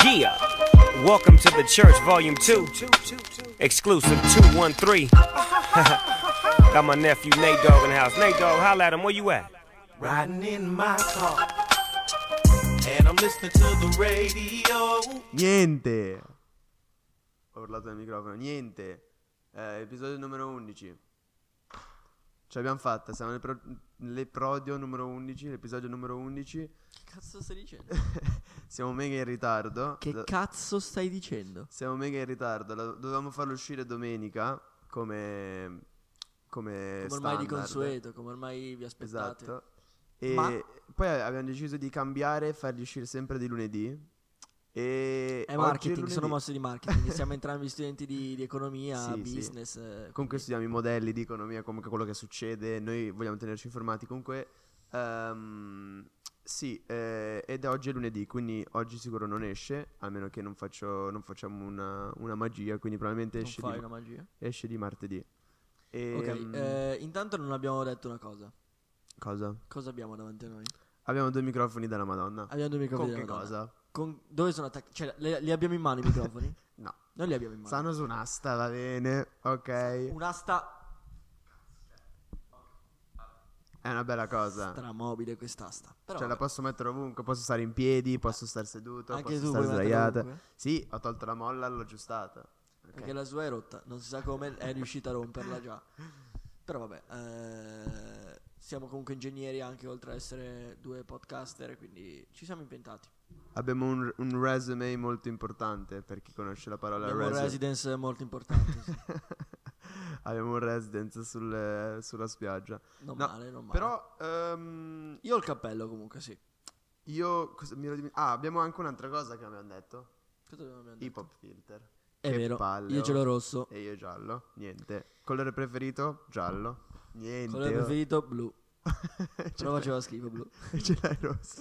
Yeah, welcome to the church, volume 2, exclusive 213. Got my nephew Nate Dogg in the house. Nate Dogg, holla at him, where you at? Riding in my car, and I'm listening to the radio. Niente. Ho urlato nel microfono. Niente. Episodio numero 11. Ce l'abbiamo fatta. Siamo nell'episodio numero 11. L'episodio numero 11. Che cazzo stai dicendo? Siamo mega in ritardo. Che cazzo stai dicendo? Siamo mega in ritardo. Dovevamo farlo uscire domenica. Come ormai standard. di consueto, come ormai vi aspettate. Esatto. E poi abbiamo deciso di cambiare e farli uscire sempre di lunedì. E è marketing, sono mosse di marketing. Siamo entrambi studenti di economia, sì, business. Sì. Comunque studiamo i modelli di economia, comunque quello che succede. Noi vogliamo tenerci informati. Comunque sì, ed oggi è lunedì, quindi oggi sicuro non esce, a meno che non facciamo una magia. Quindi probabilmente esce di martedì. Ok, intanto non abbiamo detto una cosa. Cosa? Cosa abbiamo davanti a noi? Abbiamo 2 microfoni della Madonna. Abbiamo 2 microfoni Con della che Madonna. cosa? Dove sono attaccati? Cioè, li abbiamo in mano i microfoni? No. Non li abbiamo in mano. Stanno su un'asta, va bene, ok. Un'asta È una bella cosa. stramobile quest'asta. Però Cioè la posso mettere ovunque, posso stare in piedi, posso stare seduto, anche posso tu stare puoi metterla sdraiata. ovunque? Sì, ho tolto la molla, l'ho aggiustata. Ok. Perché la sua è rotta. Non si sa come è riuscita a romperla già. Però vabbè, siamo comunque ingegneri anche, oltre ad essere 2 podcaster, quindi ci siamo inventati. Abbiamo un resume molto importante, per chi conosce la parola Abbiamo un resume. residence molto importante, sì. Abbiamo un residence sulla spiaggia. Non No, male. Però Io ho il cappello comunque, sì. abbiamo anche un'altra cosa che abbiamo detto. Cosa abbiamo detto? Hip hop filter. È Che vero, palle, io oh. ce l'ho rosso. E io giallo. Niente. Colore preferito? Giallo. Niente. Colore oh. preferito? Blu. Però faceva schifo blu. Ce l'hai rosso.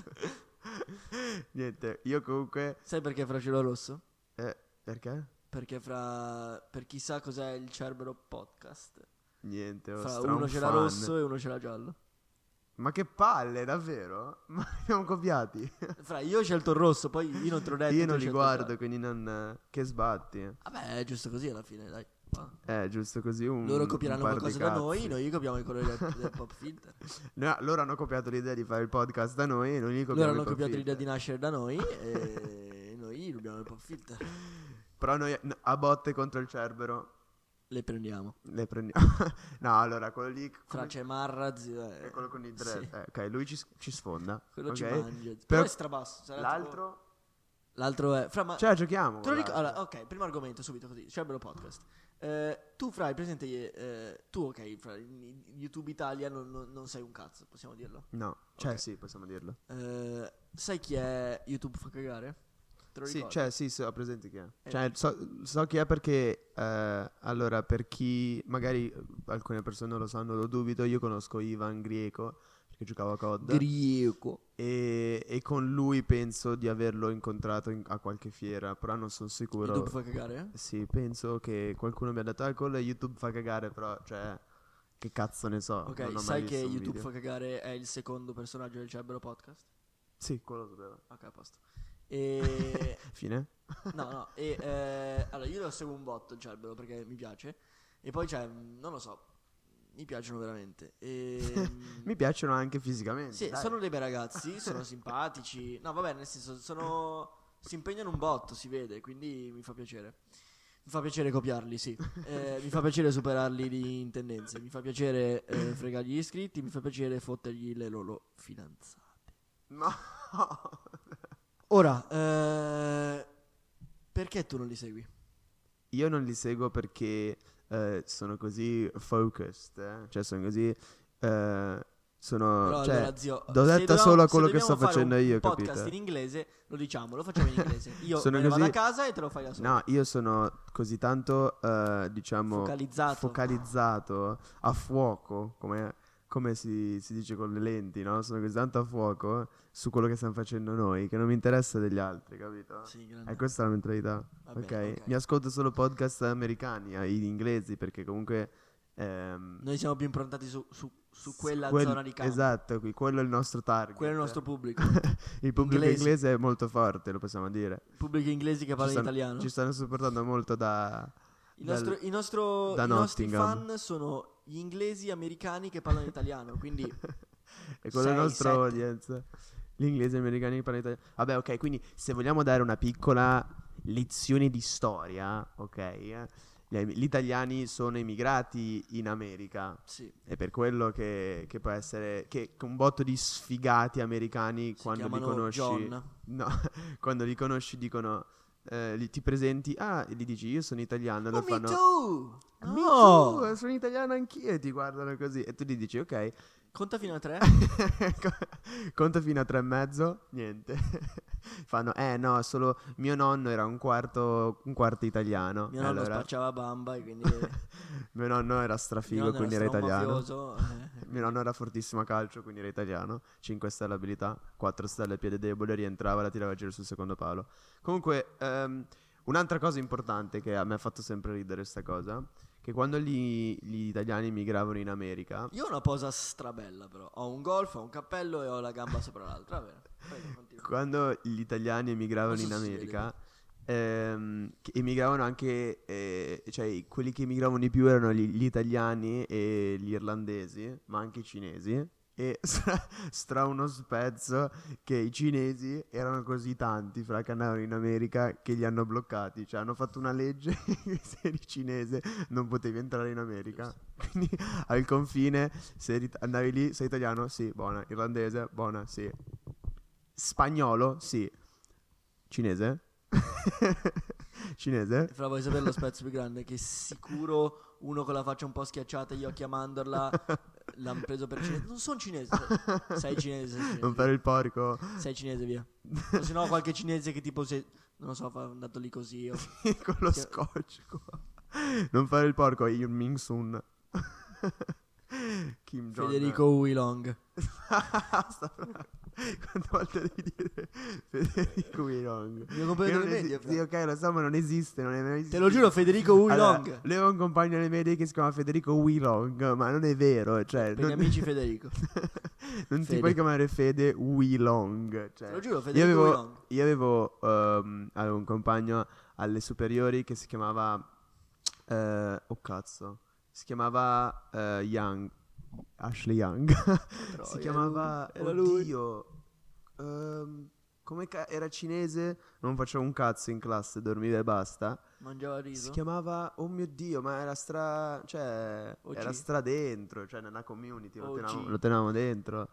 Niente. Io comunque Sai perché Fra ce l'ho rosso? perché? Perché per chi sa cos'è il Cerbero Podcast, Niente. Fra uno ce l'ha rosso e uno ce l'ha giallo. Ma che palle, davvero? Ma li abbiamo copiati. Fra io ho scelto il rosso, poi io non te l'ho detto. Io tu non hai li scelto il guardo, giallo. quindi non. Che sbatti. Vabbè, è giusto così alla fine, dai. Giusto così. Loro copieranno un par qualcosa di da cazzi. noi copiamo i colori del pop filter. No, loro hanno copiato l'idea di fare il podcast da noi e noi li copiamo. Loro hanno i pop copiato l'idea filter. di nascere da noi e noi rubiamo il pop filter. Però noi a botte contro il Cerbero Le prendiamo. le prendiamo. No, allora quello lì. Fra c'è Marra, È quello con i dread. sì. Ok, lui ci sfonda. Quello ok? ci mangia. Però Però è strabasso. sarà l'altro. L'altro è Fra, ma Ce la giochiamo. te lo con ricordo. l'altro. Allora, ok, primo argomento subito così. Cerbero Podcast. Tu Fra, hai presente tu ok, Fra in YouTube Italia non sei un cazzo, possiamo dirlo. No, cioè Ok. sì, possiamo dirlo. Sai chi è YouTube fa cagare? Te lo Sì, ricordi? cioè sì, ho presente chi è. Cioè so chi è perché allora per chi magari alcune persone non lo sanno, lo dubito, io conosco Ivan Grieco perché giocavo a COD Grieco. e con lui penso di averlo incontrato a qualche fiera, però non sono sicuro. YouTube fa cagare? Sì, penso che qualcuno mi ha detto quello YouTube fa cagare, però cioè che cazzo ne so. Ok, non ho mai sai che visto un YouTube video. fa cagare è il secondo personaggio del Cerbero Podcast? Sì, quello lo sapevo. Ok, a posto. E Fine? no, allora io lo seguo un botto il Cerbero perché mi piace. E poi non lo so, mi piacciono veramente. Mi piacciono anche fisicamente. Sì, dai. sono dei bei ragazzi, sono simpatici. No, vabbè, nel senso, si impegnano un botto, si vede, quindi mi fa piacere. Mi fa piacere copiarli, sì. Mi fa piacere superarli in tendenze. Mi fa piacere fregargli gli iscritti. Mi fa piacere fottergli le loro fidanzate. No. Ora, perché tu non li segui? Io non li seguo perché sono così focused, cioè sono così sono Però cioè allora, zio, do se detta solo a se quello che dobbiamo sto fare facendo un io, podcast capito? in inglese, lo diciamo, lo facciamo in inglese. Io Sono me ne vado così- a casa e te lo fai da solo. No, io sono così tanto diciamo focalizzato a fuoco, come si dice con le lenti, no? Sono così tanto a fuoco su quello che stiamo facendo noi che non mi interessa degli altri, capito? Sì, grande. E questa è la mentalità. Va Ok? bene, ok. Mi ascolto solo podcast americani, in inglesi, perché comunque Noi siamo più improntati su su quella zona di campo. Esatto, quello è il nostro target. Quello è il nostro pubblico. Il pubblico inglese è molto forte, lo possiamo dire. Pubblici inglesi che parlano italiano. Ci stanno supportando molto i nostri fan sono gli inglesi americani che parlano italiano, quindi e quello è il nostro audience. Gli inglesi americani che parlano italiano. Vabbè, ok, quindi se vogliamo dare una piccola lezione di storia, ok? Gli italiani sono emigrati in America. Sì. È per quello che può essere che un botto di sfigati americani quando li conosci John. No, quando li conosci dicono ti presenti e gli dici io sono italiano, Me fanno too! Me too, sono italiano anch'io, e ti guardano così e tu gli dici ok, conta fino a 3. conta fino a 3,5. Niente. Fanno no, solo mio nonno era un quarto italiano. Mio nonno spacciava bamba e quindi mio nonno era strafigo, quindi era italiano. Mafioso. Mio nonno era fortissimo a calcio, quindi era italiano. 5 stelle abilità, 4 stelle piede debole, rientrava e la tirava a giro sul secondo palo. Comunque un'altra cosa importante che a me ha fatto sempre ridere sta cosa, che quando gli italiani migravano in America... Io ho una posa strabella però. Ho un golf, ho un cappello e ho la gamba sopra l'altra. Prego, quando gli italiani emigravano in America... emigravano anche cioè quelli che emigravano di più erano gli italiani e gli irlandesi, ma anche i cinesi. E stra uno spezzo che i cinesi erano così tanti fra che andavano in America che li hanno bloccati, cioè hanno fatto una legge che se eri cinese non potevi entrare in America. Quindi al confine se andavi lì, sei italiano? Sì, buona. Irlandese? Buona, sì. Spagnolo? Sì. Cinese? Cinese? Fra, vuoi sapere lo spezzo più grande? Che sicuro uno con la faccia un po' schiacciata e gli occhi a mandorla l'hanno preso per cinese. Non sono cinese. Sei cinese. Non fare il porco. Sei cinese, via. O se no qualche cinese che tipo non lo so, è andato lì così con lo scotch Non fare il porco. Io Ming Sun. Kim Jong. Federico Willong. Quante volte devi dire Federico Willong? Mio compagno delle medie. Sì, ok, lo so, ma non esiste, non è mai esistito. Te lo giuro, Federico Willong. Allora, lui aveva un compagno delle medie che si chiama Federico Willong, ma non è vero, cioè per gli amici Federico. Non ti puoi chiamare Fede Willong, cioè. Te lo giuro, Federico Willong. Io avevo un compagno alle superiori che si chiamava si chiamava Young, Ashley Young. Si chiamava era lui. Era cinese, non faceva un cazzo in classe, dormiva e basta. Mangiava riso. Si chiamava, oh mio Dio, ma era era stra dentro, cioè nella community lo tenevamo dentro.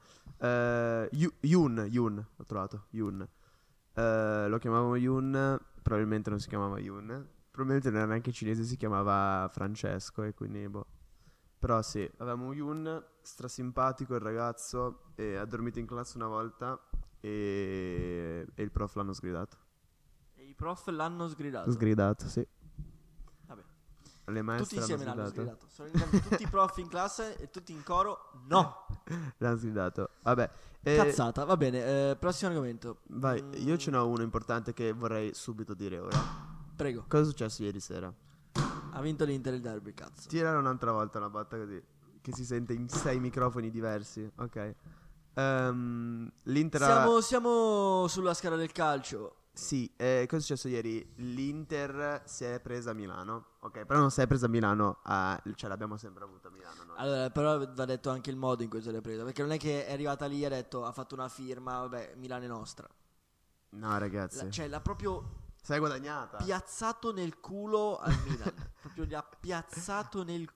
Yun, l'ho trovato, Yun. Lo chiamavamo Yun, probabilmente non si chiamava Yun. Probabilmente non era neanche cinese, si chiamava Francesco e quindi Però sì, avevamo Yun, strasimpatico il ragazzo, e ha dormito in classe una volta e il prof l'hanno sgridato. E i prof l'hanno sgridato? Sgridato, sì. Vabbè. Le maestre tutti insieme l'hanno sgridato. Sono entrati tutti i prof in classe e tutti in coro no. L'hanno sgridato. Vabbè. Cazzata, va bene, prossimo argomento. Vai, io ce n'ho uno importante che vorrei subito dire ora. Prego. Cosa è successo ieri sera? Ha vinto l'Inter il derby, cazzo. Tirare un'altra volta una botta così, che si sente in 6 microfoni diversi. Ok. L'Inter siamo sulla scala del calcio. Sì, cosa è successo ieri? L'Inter si è presa a Milano. Ok, però non si è presa a Milano, cioè l'abbiamo sempre avuta a Milano noi. Allora, però va detto anche il modo in cui se l'è presa, perché non è che è arrivata lì e ha detto, ha fatto una firma, vabbè, Milano è nostra. No, ragazzi. Cioè, l'ha proprio sei guadagnata. Piazzato nel culo al Milan. Proprio gli ha piazzato nel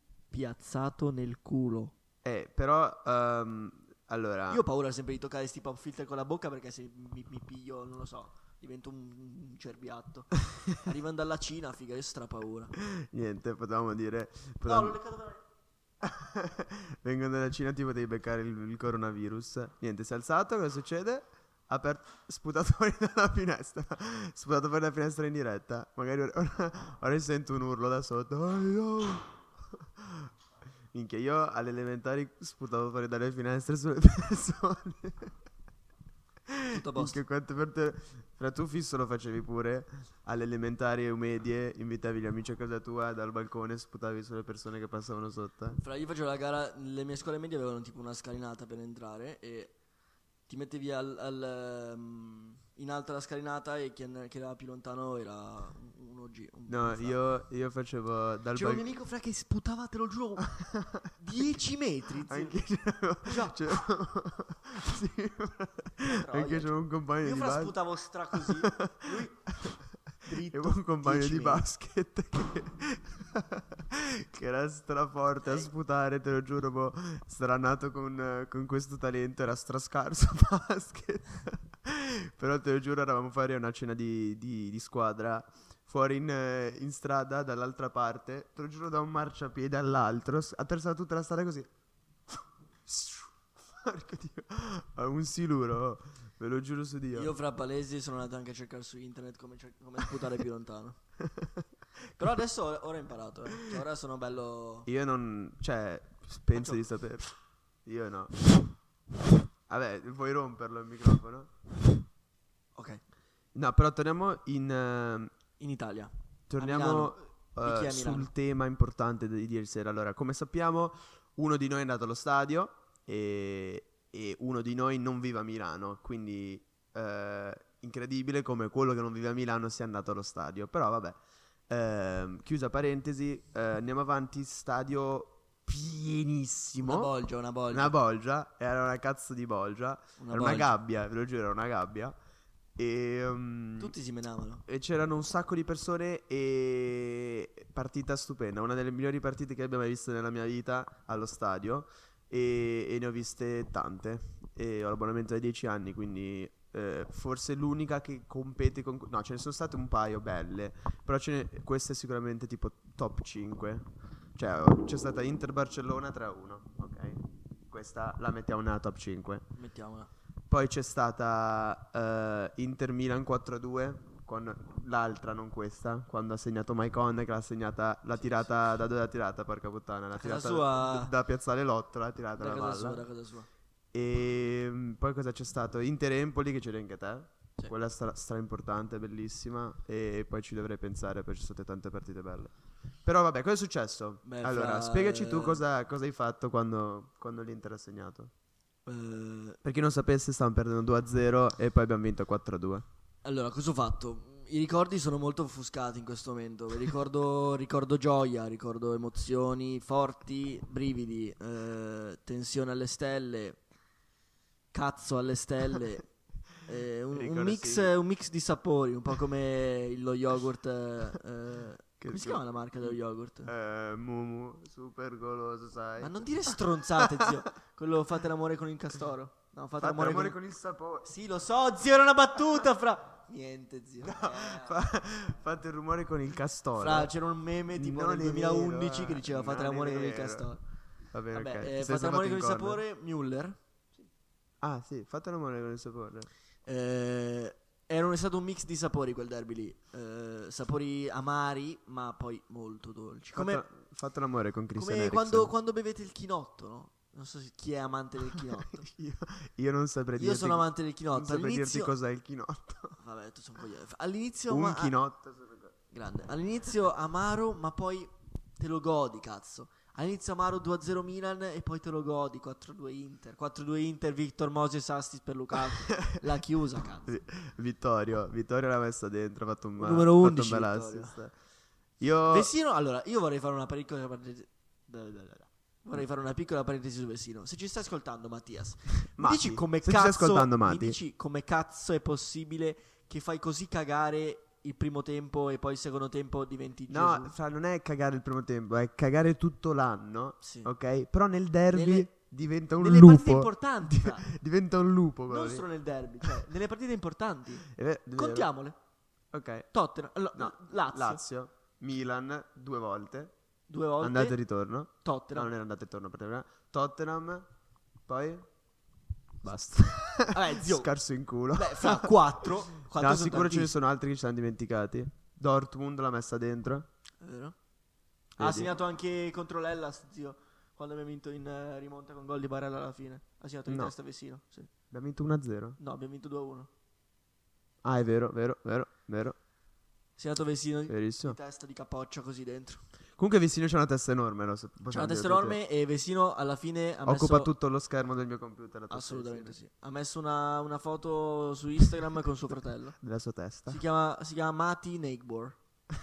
culo. Però allora io ho paura sempre di toccare sti pop filter con la bocca, perché se mi piglio, non lo so, divento un cerbiatto. Arrivano dalla Cina, figa, io strapaura. Niente, potevamo dire No, l'ho leccato veramente. Vengono dalla Cina, ti potevi beccare il coronavirus. Niente, si è alzato, cosa succede? Sputato fuori dalla finestra. Sputato fuori dalla finestra in diretta. Magari ora sento un urlo da sotto. Minchia, io alle elementari sputavo fuori dalle finestre sulle persone. tutto a posto. Che quante volte fra tu fisso lo facevi pure alle elementari o medie, invitavi gli amici a casa tua dal balcone, sputavi sulle persone che passavano sotto. Fra io facevo la gara, le mie scuole medie avevano tipo una scalinata per entrare e ti mettevi in alta la scalinata e chi era più lontano era un OG. No, io facevo dal c'era un mio amico fra che sputava, te lo giuro, 10 metri. Zio. Anche sì, Anche c'era un compagno io di fra basket. sputavo stra così. Lui dritto. Avevo un compagno 10 di metri. basket che era straforte a sputare, te lo giuro, boh, sarà nato con questo talento, era strascarso a basket. Però te lo giuro, eravamo fuori a una cena di squadra, fuori in strada, dall'altra parte, te lo giuro, da un marciapiede all'altro, attraversava tutta la strada così. Porca Dio, un siluro, ve lo giuro su Dio. Io fra palesi sono andato anche a cercare su internet come sputare più lontano. Però adesso ora ho imparato, Cioè, ora sono bello. Io non, cioè, penso di saperlo. Io no. Vabbè, vuoi romperlo il microfono? Ok. No, però torniamo in Italia. torniamo Di chi è a Milano? sul tema importante di ieri sera. Allora, come sappiamo, uno di noi è andato allo stadio e uno di noi non vive a Milano, quindi incredibile come quello che non vive a Milano sia andato allo stadio. Però vabbè, chiusa parentesi, andiamo avanti. Stadio pienissimo. Una bolgia. Una bolgia, era una cazzo di bolgia. Era una bolgia. gabbia, ve lo giuro, era una gabbia. E Tutti si menavano. e c'erano un sacco di persone e partita stupenda, una delle migliori partite che abbia mai visto nella mia vita allo stadio e ne ho viste tante e ho l'abbonamento da 10 anni, quindi forse l'unica che compete con. No, ce ne sono state un paio belle, però questa è sicuramente tipo top 5. Cioè c'è stata Inter-Barcellona 3-1, ok? Questa la mettiamo nella top 5. Mettiamola. Poi c'è stata Inter-Milan 4-2, l'altra, non questa, quando ha segnato Maicon, che l'ha segnata, l'ha tirata, da dove l'ha tirata, porca puttana, l'ha tirata sua. da Piazzale Lotto, l'ha tirata la palla. Da casa sua. E poi cosa c'è stato? Inter-Empoli, che c'era anche te, Sì. quella stra importante, bellissima, e poi ci dovrei pensare perché ci sono state tante partite belle. Però vabbè, cosa è successo? Beh, Allora, spiegaci tu cosa hai fatto quando l'Inter ha segnato. Per chi non sapesse, stavamo perdendo 2-0 e poi abbiamo vinto 4-2. Allora, cosa ho fatto? I ricordi sono molto offuscati in questo momento. Ricordo gioia, ricordo emozioni forti, brividi, tensione alle stelle, cazzo alle stelle. Un mix di sapori, un po' come lo yogurt. Come si chiama la marca dello yogurt? Mumu, super goloso, sai. Ma non dire stronzate, zio. Quello fate l'amore con il castoro. No, fate l'amore con il sapore. Sì, lo so, zio, era una battuta, fra. Niente, zio. Fate il rumore con il castoro. Fra, c'era un meme tipo Non nel è 2011 vero, che diceva fate non è l'amore con il vero. castoro. Va bene, Vabbè, ok. Ti sei fate l'amore salvato con il in corner. sapore, Müller. Ah, sì, fate l'amore con il sapore. Era stato un mix di sapori quel derby lì. Sapori amari, ma poi molto dolci. Fate l'amore con Christian Come Eriksen. quando bevete il chinotto, no? Non so chi è amante del chinotto. Io non saprei dirti. Io sono amante del Non chinotto. saprei dirti All'inizio. cos'è il chinotto. Vabbè, tu sei un coglione. All'inizio. Un chinotto. Grande. All'inizio amaro, ma poi te lo godi, cazzo. All'inizio amaro 2-0 Milan e poi te lo godi 4-2 Inter. 4-2 Inter, Victor Moses assist per Lukaku. L'ha chiusa, cazzo. Vittorio l'ha messa dentro, ha fatto un Numero 11 bel Vittorio. assist. Io Vecino, allora, io vorrei fare una piccola parentesi su Vecino. Se ci stai ascoltando, Mattias, mi Matti, dici come se ci stai cazzo ascoltando, mi Matti. dici come cazzo è possibile che fai così cagare il primo tempo e poi il secondo tempo diventi No, Gesù? non è cagare il primo tempo, è cagare tutto l'anno, Sì. ok? Però nel derby diventa un nelle lupo. partite importanti, fra. Diventa un lupo quello Non lì. solo nel derby, cioè nelle partite importanti. È vero. Contiamole. Ok. Tottenham, No, Lazio, Milan 2 volte, 2 volte. andata e ritorno. No, Tottenham. non era andata e ritorno, praticamente. Tottenham, poi basta. Vabbè, zio. Scarso in culo. Beh, fra 4. No, sicuro ce ne sono altri che ci siamo dimenticati. Dortmund l'ha messa dentro. È vero? Ha Vedi? segnato anche contro l'Hellas, zio, quando abbiamo vinto in rimonta con gol di Barella alla fine. Ha segnato di testa Vecino, sì. Abbiamo vinto 1-0? No, abbiamo vinto 2-1. Ah, è vero. Segnato Vecino Verissimo. di testa di capoccia così dentro. Comunque Vecino c'ha una testa enorme, C'ha una testa enorme e Vecino alla fine ha occupa messo... tutto lo schermo del mio computer. Assolutamente sì. Ha messo una foto su Instagram con suo fratello. Della sua testa. Si chiama Mati Neighbor.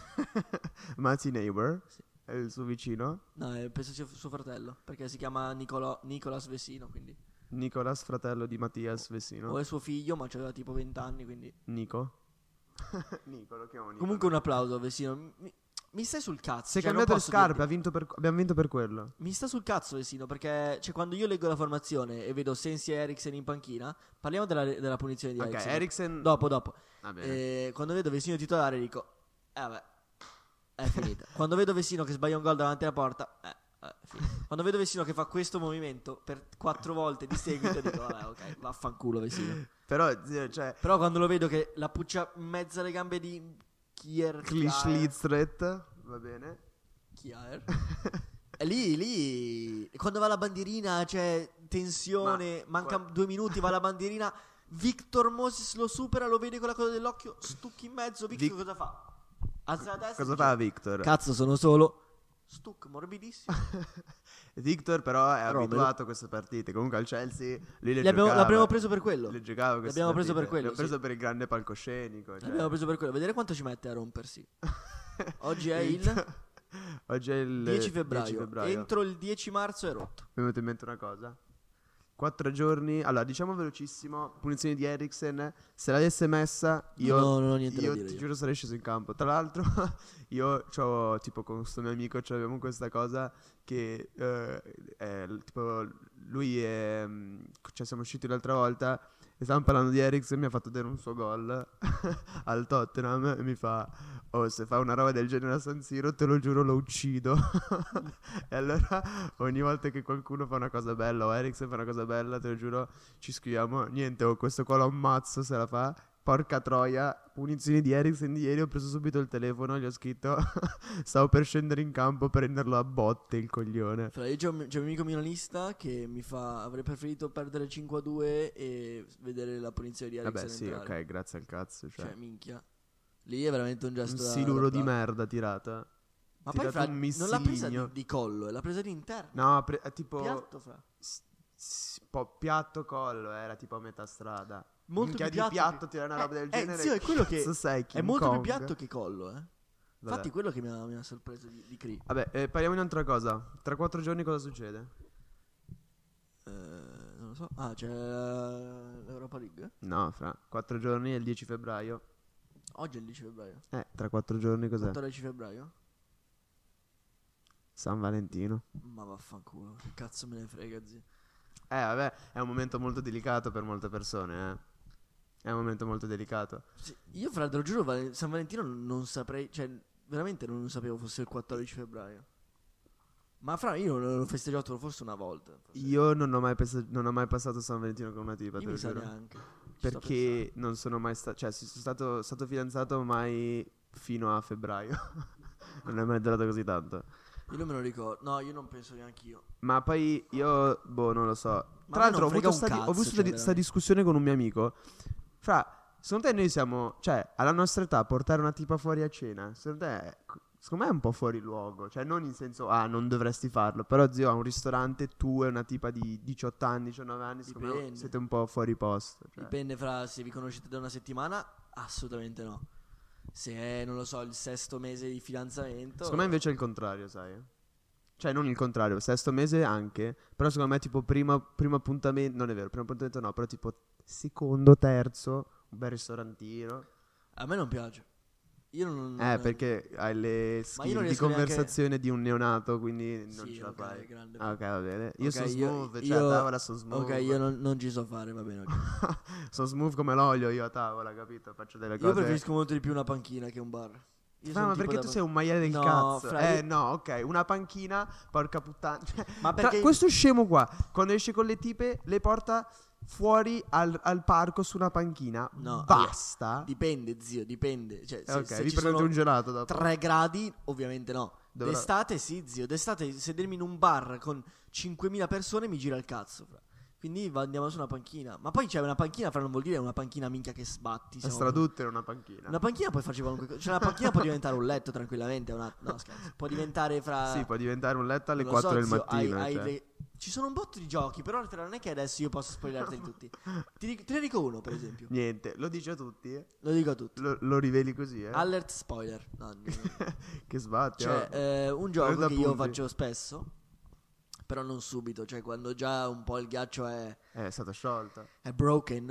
Mati Neighbor? Sì. È il suo vicino? No, penso sia suo fratello, perché si chiama Nicolas Vecino, quindi. Nicolas, fratello di Mattias Vecino. O è suo figlio, ma aveva tipo 20 anni, quindi. Nico? Nico, lo chiamo Nico. Comunque un applauso, Vecino. Mi stai sul cazzo. Si è cioè, cambiato non le posso scarpe, dirti. abbiamo vinto per quello. Mi sta sul cazzo Vecino, perché quando io leggo la formazione e vedo Sensi e Eriksen in panchina, parliamo della punizione di Eriksen. Ok, Eriksen... Dopo. Va bene. Quando vedo Vecino titolare dico, vabbè, è finita. Quando vedo Vecino che sbaglia un gol davanti alla porta, è finita. Quando vedo Vecino che fa questo movimento per 4 volte di seguito dico, vabbè, ok, vaffanculo Vecino. Però, cioè... Però quando lo vedo che la puccia in mezzo alle gambe di Klischlitzret, va bene. Kier. E lì quando va la bandierina c'è tensione, manca 2 minuti, va la bandierina, Victor Moses lo supera, lo vede con la coda dell'occhio, stucchi in mezzo, Victor cosa fa? Alza la testa. Cosa fa Victor? Cazzo, sono solo stuck morbidissimo. Victor però è abituato a queste partite. Comunque al Chelsea lui le giocava. L'abbiamo preso per quello. Le giocava queste L'abbiamo partite. preso per quello. L'abbiamo preso per il grande palcoscenico. Cioè. L'abbiamo preso per quello. Vedere quanto ci mette a rompersi. Oggi è il 10 febbraio. Entro il 10 marzo è rotto. Mi è venuto in mente una cosa. 4 giorni. Allora, diciamo velocissimo. Punizione di Eriksen. Se l'avesse messa, io non ho niente da dire. Ti giuro sarei sceso in campo. Tra l'altro, io c'ho, tipo, con questo mio amico abbiamo questa cosa che tipo, lui è. Cioè, siamo usciti l'altra volta e stavamo parlando di Eriksen. Mi ha fatto vedere un suo gol al Tottenham e mi fa: oh, se fa una roba del genere a San Siro, te lo giuro, lo uccido. E allora ogni volta che qualcuno fa una cosa bella o Eriksen fa una cosa bella, te lo giuro, ci scriviamo: niente, questo qua lo ammazzo se la fa. Porca troia, punizioni di Eriksen di ieri. Ho preso subito il telefono, gli ho scritto: stavo per scendere in campo, prenderlo a botte il coglione. Io c'è un amico milanista che mi fa: avrei preferito perdere 5-2 e vedere la punizione di Eriksen. Vabbè sì, entrare. ok, grazie al cazzo, cioè minchia. Lì è veramente un gesto un da siluro di adottare. merda tirata. Ma tirato poi un non l'ha presa missilino. di collo, l'ha presa di interno. No, è tipo Piatto fra. piatto collo, era tipo a metà strada. Molto Minchia più di piatto tirare una roba del genere. Zio, è quello che sei, è molto Kong? più piatto che collo, Vabbè. Infatti quello che mi ha sorpreso di Cree. Vabbè, parliamo di un'altra cosa. Tra 4 giorni cosa succede? Non lo so. Ah, c'è l'Europa League? No, fra 4 giorni è il 10 febbraio. Oggi è il 10 febbraio. Tra 4 giorni cos'è? 14 febbraio? San Valentino. Ma vaffanculo, che cazzo me ne frega, zio. Vabbè, è un momento molto delicato per molte persone, È un momento molto delicato. Sì, io fra te lo giuro, San Valentino non saprei, cioè veramente non sapevo fosse il 14 febbraio. Ma fra io l'ho festeggiato forse una volta. Forse. Io non ho mai passato San Valentino con una tipa, Io te lo mi sa giuro. neanche. Perché non sono mai stato, cioè sono stato fidanzato mai fino a febbraio. Non è mai durato così tanto. Io non me lo ricordo. No, io non penso neanche io. Ma poi io, non lo so. Ma Tra l'altro ho frega avuto un cazzo, questa cioè, discussione con un mio amico. Fra, secondo te noi siamo, cioè, alla nostra età portare una tipa fuori a cena, secondo me è un po' fuori luogo. Cioè, non in senso, non dovresti farlo. Però, zio, a un ristorante tu e una tipa di 18 anni, 19 anni, secondo me siete un po' fuori posto. Cioè. Dipende fra se vi conoscete da una settimana, assolutamente no. Se è, non lo so, il 6º mese di fidanzamento. Secondo me invece è il contrario, sai? Cioè, non il contrario, 6º mese anche. Però secondo me tipo primo appuntamento. Non è vero, primo appuntamento no. Però tipo secondo, terzo, un bel ristorantino. A me non piace. Io non. Perché hai le skill di conversazione di un neonato, quindi non ce la fai. Grande. Ok, va bene. Io Okay, sono smooth, cioè a tavola sono smooth. Ok, io non ci so fare, va bene. Okay. Sono smooth come l'olio io a tavola, capito? Faccio delle cose. Io preferisco molto di più una panchina che un bar. Ma perché tu sei un maiale del cazzo? No, ok, una panchina, porca puttana. Ma perché questo scemo qua, quando esce con le tipe, le porta fuori al parco su una panchina. No, basta. Dipende, zio, dipende. Cioè, se vi ci prendete sono un gelato dopo. 3 gradi, ovviamente no. D'estate sì, zio. D'estate sedermi in un bar con 5.000 persone mi gira il cazzo. Quindi andiamo su una panchina. Ma poi c'è una panchina, fra non vuol dire una panchina minchia che sbatti. Straduttere una panchina. Una panchina puoi farci qualunque cosa. Cioè una panchina può diventare un letto tranquillamente. No, scherzo. Può diventare fra... Sì, può diventare un letto alle non lo 4 del zio, mattino. hai cioè. Ci sono un botto di giochi, però non è che adesso io posso spoilerarteli tutti. Te ne dico uno, per esempio. Niente, lo dici a tutti? Lo dico a tutti. Lo riveli così, Alert spoiler. No. Che sbatti. Cioè, un gioco Prendo che io appunti. faccio spesso, però non subito. Cioè, quando già un po' il ghiaccio È stato sciolto. è broken.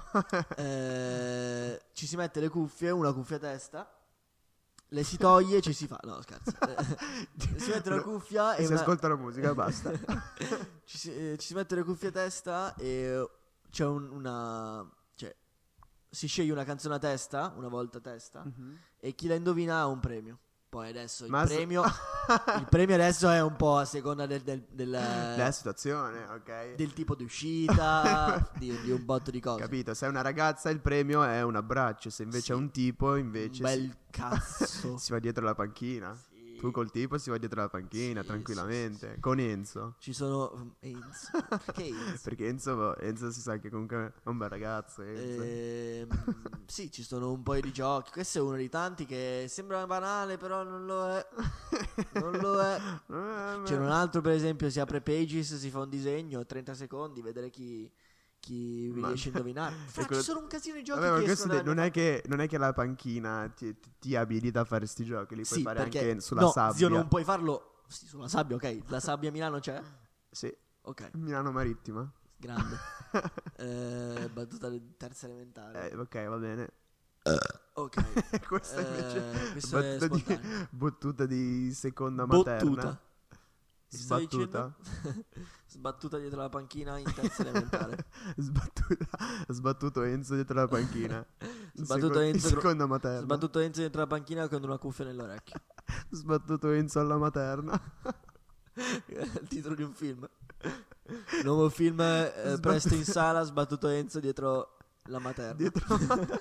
Ci si mette le cuffie, una cuffia a testa. Le si toglie e ci si fa. No, scherzo. Si mette la cuffia e si ascolta la musica, basta. ci si mette le cuffie a testa e c'è cioè, si sceglie una canzone a testa, una volta a testa, e chi la indovina ha un premio. Poi adesso il premio adesso è un po' a seconda della situazione, ok? del tipo di uscita, di un botto di cose. Capito? Se è una ragazza il premio è un abbraccio, se invece Sì. è un tipo invece Un bel cazzo. si va dietro la panchina. Sì. Tu col tipo si va dietro la panchina Sì, tranquillamente, sì. con Enzo. Ci sono Enzo. Perché Enzo? Perché Enzo si sa che comunque è un bel ragazzo. Enzo. Sì, ci sono un paio di giochi. Questo è uno di tanti che sembra banale, però non lo è. Non lo è. C'è un altro, per esempio, si apre Pages, si fa un disegno, 30 secondi, vedere chi riesce a indovinare. Ci sono un casino di giochi. Vabbè, ma che questo escono non è che la panchina ti abilita a fare sti giochi, li puoi sì, fare perché anche sulla no, sabbia. zio, non puoi farlo. Sì, sulla sabbia, ok. La sabbia a Milano c'è? Sì, Ok, Milano Marittima. grande. Battuta terza elementare. Ok, va bene. Ok. Questa invece questo è spontaneo. battuta di seconda materna. Bottuta. Ti sto Sbattuta. dicendo? Sbattuta dietro la panchina in terza elementare. Sbattuto Enzo dietro la panchina. Sbattuto in Enzo seconda materna. Sbattuto Enzo dietro la panchina con una cuffia nell'orecchio. Sbattuto Enzo alla materna. Il titolo di un film. Nuovo film presto in sala. Sbattuto Enzo dietro la materna. Dietro la materna.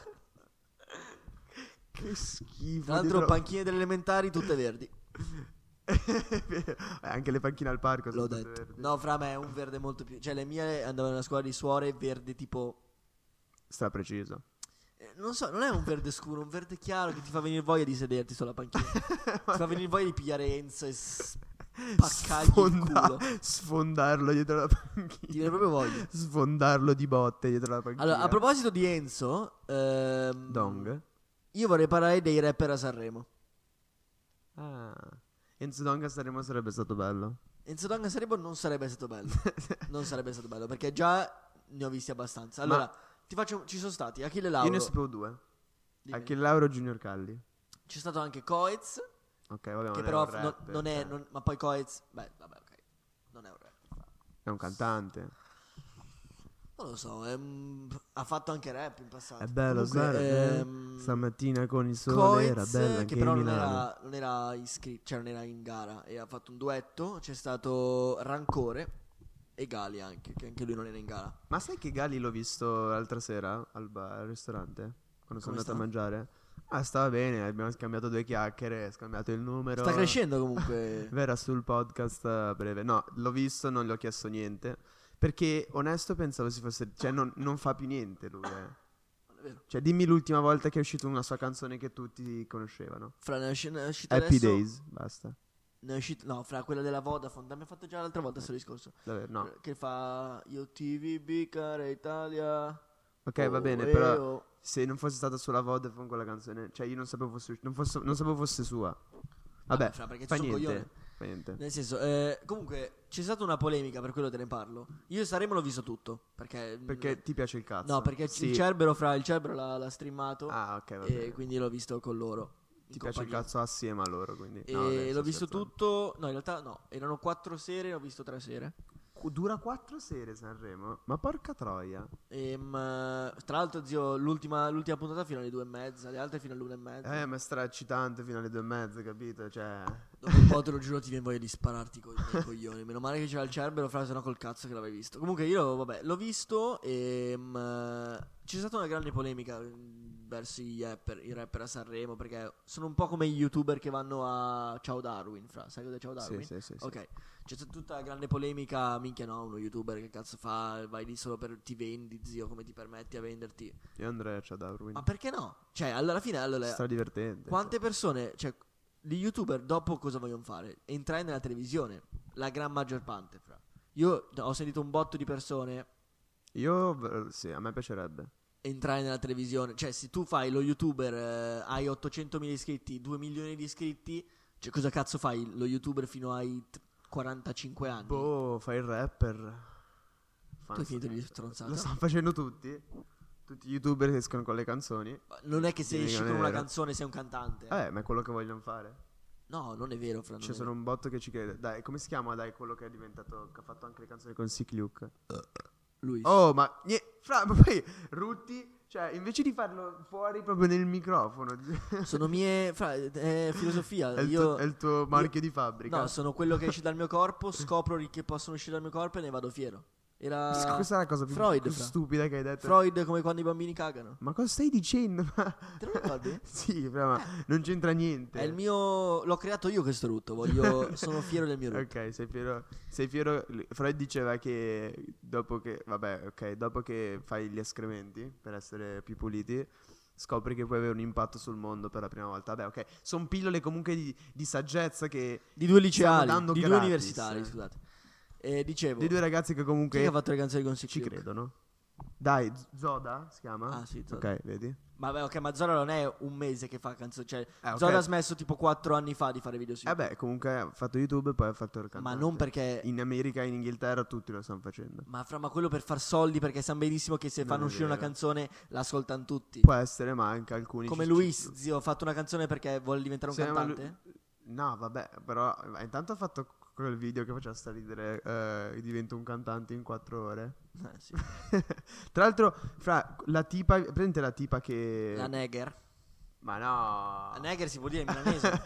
Che schifo. Tra l'altro panchine delle elementari tutte verdi. Anche le panchine al parco L'ho sono tutte detto. verdi. No, fra me è un verde molto più. Cioè le mie andavano alla scuola di suore verde tipo Sta preciso. non so, non è un verde scuro, un verde chiaro che ti fa venire voglia di sederti sulla panchina. Ti fa venire voglia di pigliare Enzo e spaccargli il culo. Sfondarlo dietro la panchina. Ti viene proprio voglia. Sfondarlo di botte dietro la panchina. Allora, a proposito di Enzo, Dong. io vorrei parlare dei rapper a Sanremo. Ah. Enzo Dong a Sanremo sarebbe stato bello. Enzo Dong a Sanremo non sarebbe stato bello. Non sarebbe stato bello perché già ne ho visti abbastanza. Allora, ci sono stati Achille Lauro. Io ne sapevo due. Dimmi. Achille Lauro e Junior Calli. C'è stato anche Coez, Ok, vabbè, che non però è un rapper, non è cioè, ma poi Coez, beh, vabbè, ok. Non è un rapper. è un cantante. Non lo so, ha fatto anche rap in passato. È bello, Comunque, stamattina con il sole era Coez, bella anche che però in Milano. non era iscritto, cioè non era in gara e ha fatto un duetto. C'è stato Rancore e Gali anche, che anche lui non era in gara. Ma sai che Gali l'ho visto l'altra sera al ristorante? Quando sono Come andato sta? a mangiare? Ah, stava bene, abbiamo scambiato due chiacchiere, scambiato il numero. Sta crescendo comunque. Verrà sul podcast a breve. No, l'ho visto, non gli ho chiesto niente. Perché onesto pensavo si fosse. Cioè, non fa più niente lui. Non è vero. Cioè, dimmi l'ultima volta che è uscita una sua canzone che tutti conoscevano. Fra ne è uscita Happy adesso, Days, basta. ne è uscita, no, fra quella della Vodafone. Abbiamo fatto già l'altra volta questo discorso. Davvero, no. Che fa Io TVB Care Italia. Ok, va bene, però se non fosse stata sulla Vodafone quella canzone, cioè io non sapevo fosse sua. Vabbè, fra, perché fa tu sei un niente. coglione. Fa niente. Nel senso, comunque c'è stata una polemica, per quello te ne parlo. Io Sanremo l'ho visto tutto. Perché ti piace il cazzo? No, perché Sì. il Cerbero l'ha streamato. Ah, ok, va E bene. quindi l'ho visto con loro. Ti in piace il compagnia. cazzo assieme a loro, quindi. E No, vabbè, l'ho sto visto scherzando. tutto. No, in realtà no. Erano 4 sere, ho visto 3 sere. Dura 4 sere Sanremo? Ma porca troia. Tra l'altro, zio, l'ultima puntata fino alle 2:30, le altre fino alle 1:30. Ma è straeccitante fino alle 2:30, capito? Cioè, Dopo un po' te lo giuro ti viene voglia di spararti con i coglioni. Meno male che c'era il Cerbero, fra, sennò col cazzo che l'avevi visto. Comunque io, vabbè, l'ho visto e c'è stata una grande polemica verso i rapper a Sanremo, perché sono un po' come gli youtuber che vanno a Ciao Darwin, fra, sai cos'è Ciao Darwin? Sì. Ok, c'è stata tutta la grande polemica, minchia no, uno youtuber che cazzo fa, vai lì solo per ti vendi, zio, come ti permetti a venderti? Io andrei a Ciao Darwin. Ma perché no? Cioè, alla fine, Stra divertente. quante persone, cioè, gli youtuber dopo cosa vogliono fare? Entrare nella televisione, la gran maggior parte, fra. Io ho sentito un botto di persone Sì, a me piacerebbe. entrare nella televisione. Cioè, se tu fai lo youtuber, hai 800.000 iscritti, 2 milioni di iscritti, cioè cosa cazzo fai lo youtuber fino ai 45 anni? Boh, fai il rapper. Tu hai finito di stronzata. Lo stanno facendo tutti. Tutti gli youtuber che escono con le canzoni. Non è che se esci con una vero. canzone sei un cantante. Ma è quello che vogliono fare. No, non è vero, fra. non C'è è solo vero. un botto che ci crede. Dai, come si chiama? Dai, quello che è diventato. Che ha fatto anche le canzoni con Sick Luke. Lui. Oh, ma. Fra, ma poi Rutti. Cioè, invece di farlo fuori proprio nel microfono. Sono mie. Fra, filosofia. È il tuo marchio di fabbrica. No, sono quello che esce dal mio corpo, scopro che possono uscire dal mio corpo e ne vado fiero. Era Questa è la cosa più Freud, fra. stupida che hai detto. Freud, come quando i bambini cagano. Ma cosa stai dicendo? Te lo ricordi? Sì, ma non c'entra niente. È il mio. L'ho creato io questo rutto. Sono fiero del mio rutto. Ok, sei fiero. Freud diceva che dopo che fai gli escrementi per essere più puliti, scopri che puoi avere un impatto sul mondo per la prima volta. Vabbè, ok, sono pillole comunque di saggezza che Di due stanno liceali, dando di due gratis. universitari, scusate. Dicevo. Di due ragazzi che Chi comunque è che ha fatto le canzoni con Sick ci Luke? credono. Dai, Zoda si chiama? Ah, sì, Zoda. Ok, vedi? Vabbè, ok, ma Zoda non è un mese che fa canzoni. Cioè, ok. Zoda ha smesso tipo 4 anni fa di fare video su YouTube. Comunque ha fatto YouTube e poi ha fatto il cantante. Ma non perché. In America e in Inghilterra tutti lo stanno facendo. Ma quello per far soldi, perché sanno benissimo che se Non fanno è uscire una vero. canzone l'ascoltano tutti. Può essere, ma anche alcuni Come ci- Luis, zio, ha fatto una canzone perché vuole diventare un Sì, ma cantante? No, vabbè, però intanto ha fatto quel video che faceva ridere divento un cantante in 4 ore. Sì. Tra l'altro, fra la tipa, prende la tipa che La Neger. Ma no. La Neger si può dire in milanese.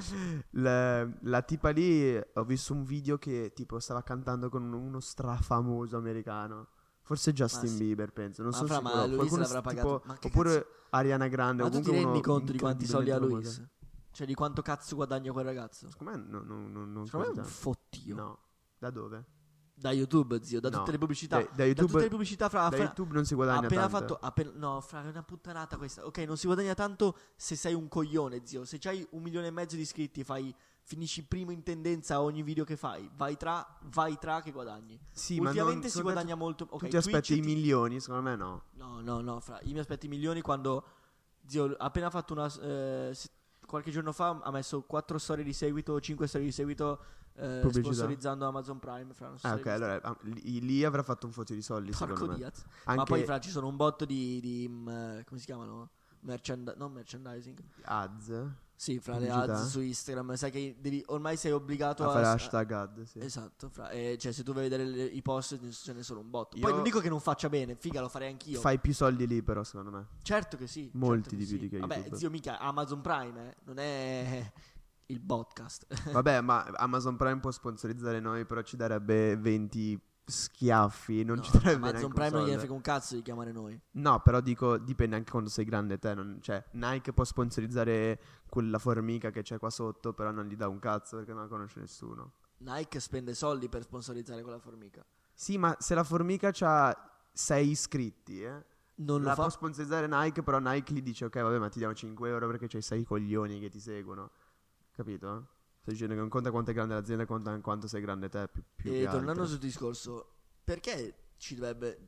La tipa lì, ho visto un video che tipo stava cantando con uno strafamoso americano. Forse Justin sì. Bieber, penso. Non Ma so fra, sicuro. ma Luis Qualcuno l'avrà tipo- pagato. Ma che oppure cazzo? Ariana Grande. Ma tu ti comunque rendi uno conto di quanti soldi ha incredibilmente Luis? famoso. Cioè, di quanto cazzo guadagna quel ragazzo? Secondo me non Secondo me è così un tanto. fottio. No. Da dove? Da YouTube, zio, da No. tutte le pubblicità. Da YouTube- tutte le pubblicità, fra. Da fra- YouTube non si guadagna appena tanto. fatto. No, fra, è una puttanata questa. Ok, non si guadagna tanto se sei un coglione, zio. Se c'hai 1,5 milioni di iscritti, finisci primo in tendenza a ogni video che fai. Vai tra che guadagni. Sì, ma Ultimamente non- si secondo me guadagna molto. Ok, Tu ti aspetti i Twitch milioni? Secondo me no. No, fra. Io mi aspetto i milioni quando. Zio, appena fatto una. Qualche giorno fa ha messo 4 storie di seguito, 5 storie di seguito. Pubblicità. Sponsorizzando Amazon Prime, fra. Non so se Ok, hai visto. allora lì avrà fatto un fotto di soldi, Porco secondo me. Diaz. Anche Ma poi fra ci sono un botto di come si chiamano? Non merchandising. ads Sì, fra le Pubblicità. ads su Instagram, sai che ormai sei obbligato a fare hashtag ad, sì. Esatto, fra, cioè se tu vuoi vedere i post ce ne sono un botto. Io- Poi non dico che non faccia bene, figa, lo farei anch'io. Fai più soldi lì però, secondo me. Certo che sì. Molti certo di più sì. di che Vabbè, YouTube. zio, mica Amazon Prime, non è il podcast. Vabbè, ma Amazon Prime può sponsorizzare noi, però ci darebbe 20 schiaffi, non No, ci darebbe Amazon neanche un Prime non gliene soldo. frega un cazzo di chiamare noi. No, però dico, dipende anche quando sei grande te. Cioè, Nike può sponsorizzare quella formica che c'è qua sotto, però non gli dà un cazzo perché non la conosce nessuno. Nike spende soldi per sponsorizzare quella formica. Sì, ma se la formica ha 6 iscritti, Non la lo fa. può sponsorizzare Nike, però Nike gli dice ok, vabbè, ma ti diamo 5 euro perché c'hai 6 coglioni che ti seguono. Capito? Stai dicendo che non conta quanto è grande l'azienda, conta quanto sei grande te, più E che tornando altro. sul discorso, perché ci deve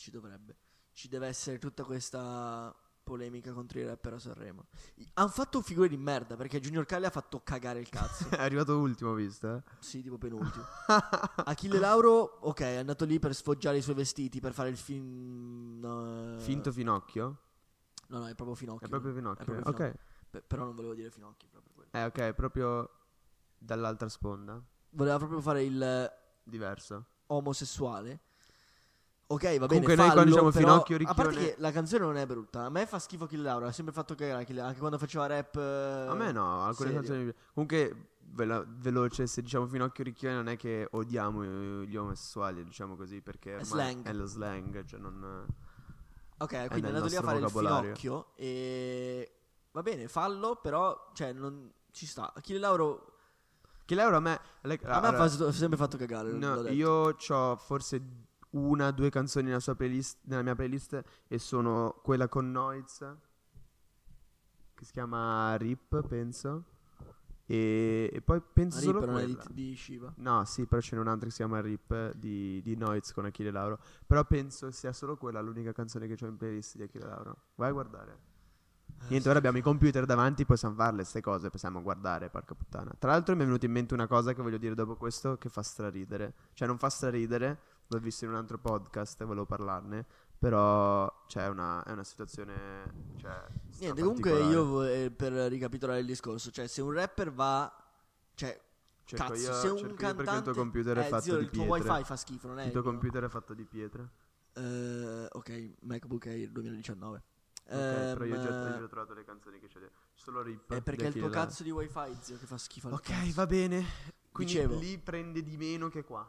essere tutta questa polemica contro i rapper a Sanremo? Hanno fatto figure di merda perché Junior Calle ha fatto cagare il cazzo. È arrivato ultimo, ho visto, Sì, tipo penultimo. Achille Lauro, ok, è andato lì per sfoggiare i suoi vestiti, per fare il film. Finto Finocchio? No, è proprio Finocchio. È proprio Finocchio, È proprio ok. Finocchio. Però non volevo dire Finocchio, proprio quello. Ok, proprio dall'altra sponda. Voleva proprio fare il Diverso. omosessuale. Ok, va Comunque bene, noi quando fallo, diciamo però, Finocchio, a parte Ricchione- che la canzone non è brutta. A me fa schifo Achille Lauro, ha sempre fatto cagare anche quando faceva rap. A me no, alcune serio. canzoni. Comunque veloce, se diciamo Finocchio Ricchione non è che odiamo gli omosessuali, diciamo così, perché slang. è lo slang, cioè non... Ok, quindi è andato lì a fare il Finocchio e... Va bene, fallo, però, cioè, non ci sta. Achille Lauro a me ha sempre fatto cagare. No, io ho forse 1 o 2 canzoni nella mia playlist e sono quella con Noiz, che si chiama Rip, penso. E poi penso solo Rip quella. non è di Shiva. No, sì, però ce n'è un'altra che si chiama Rip di Noiz con Achille Lauro. Però penso sia solo quella l'unica canzone che ho in playlist di Achille Lauro. Vai a guardare. Niente, ora abbiamo i computer davanti, possiamo farle queste cose, possiamo guardare, porca puttana. Tra l'altro mi è venuta in mente una cosa che voglio dire dopo questo, che fa straridere. Cioè non fa straridere, l'ho visto in un altro podcast e volevo parlarne, però cioè è una situazione, cioè, niente, comunque io per ricapitolare il discorso, cioè se un rapper va, cioè cazzo, se un cantante perché il tuo computer è fatto di pietre. Il tuo wifi fa schifo, non è il tuo computer è fatto di pietre. Ok, MacBook Air 2019. Però io ho trovato le canzoni che c'è solo Rip. È perché è il tuo cazzo di wifi, zio, che fa schifo al cazzo. Va bene. Quindi Dicevo, lì prende di meno che qua.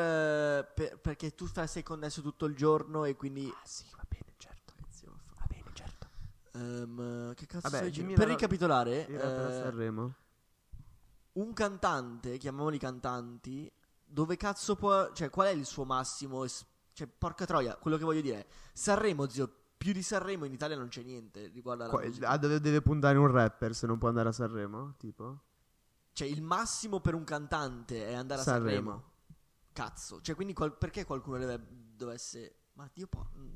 Perché tu sei connesso tutto il giorno e quindi... sì, va bene, certo. Va bene, certo. Che cazzo stai dicendo? Per ricapitolare, Sanremo. Un cantante, chiamiamoli cantanti, dove cazzo può... Cioè, qual è il suo massimo? Cioè, porca troia, quello che voglio dire è Sanremo, zio. Più di Sanremo in Italia non c'è niente riguardo alla musica. Dove deve puntare un rapper se non può andare a Sanremo? Tipo? Cioè il massimo per un cantante è andare a Sanremo. Cazzo. Cioè quindi perché qualcuno dovesse... Ma Dio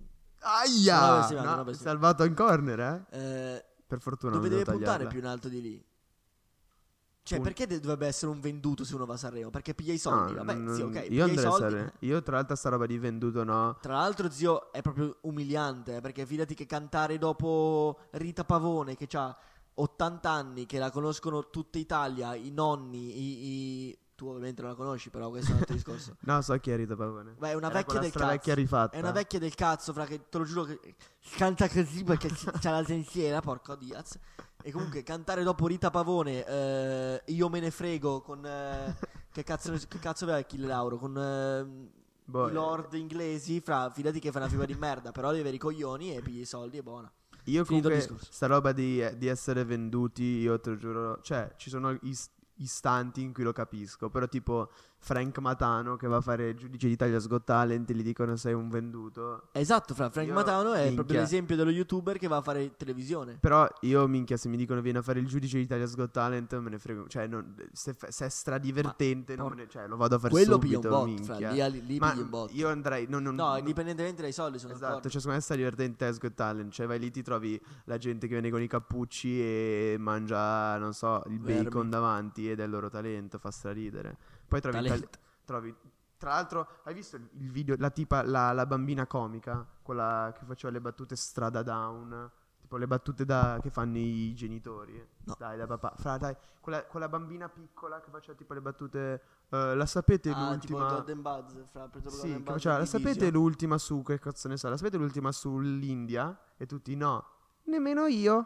Aia! No, salvato in corner, per fortuna dove non deve tagliarla. puntare più in alto di lì? Cioè perché dovrebbe essere un venduto se uno va a Sanremo? Perché piglia i soldi. Vabbè, zio, ok. Io andrei i soldi. a Sanremo. Io tra l'altro sta roba di venduto no. Tra l'altro, zio, è proprio umiliante, perché fidati che cantare dopo Rita Pavone, che ha 80 anni, che la conoscono tutta Italia, i nonni, tu ovviamente non la conosci, però questo è un altro discorso. No, so chi è Rita Pavone. Beh, è una vecchia del cazzo. Vecchia rifatta. È una vecchia del cazzo, fra, che te lo giuro che canta così perché c'ha la sensiera, porco Diaz. E comunque cantare dopo Rita Pavone, io me ne frego con che cazzo aveva Achille Lauro con i lord inglesi, fidati che fa una figura di merda, però devi avere i coglioni e pigli i soldi e buona. Io comunque sta roba di essere venduti, io te lo giuro, cioè ci sono istanti in cui lo capisco, però tipo Frank Matano che va a fare il giudice di Italia Got Talent e gli dicono sei un venduto. Esatto, Frank Matano è proprio l'esempio dello youtuber che va a fare televisione. Però io minchia, se mi dicono vieni a fare il giudice di Italia Got Talent me ne frego, cioè se è stradivertente lo vado a fare quello subito. Piglia un bot, Fra, lì piglia un bot. Io andrei no, indipendentemente dai soldi sono esatto, cioè secondo me sta divertente Italia Got Talent, cioè vai lì ti trovi la gente che viene con i cappucci e mangia non so il bacon davanti ed è il loro talento, fa straridere. Poi trovi tra l'altro hai visto il video, la tipa, la bambina comica, quella che faceva le battute strada down, tipo le battute che fanno i genitori. No. Dai, da papà. Fra, dai, quella bambina piccola che faceva tipo le battute, la sapete l'ultima? Tipo Golden Buzz, sì, che faceva, la sapete l'ultima su, che cazzo ne sa, la sapete l'ultima sull'India? E tutti no, nemmeno io.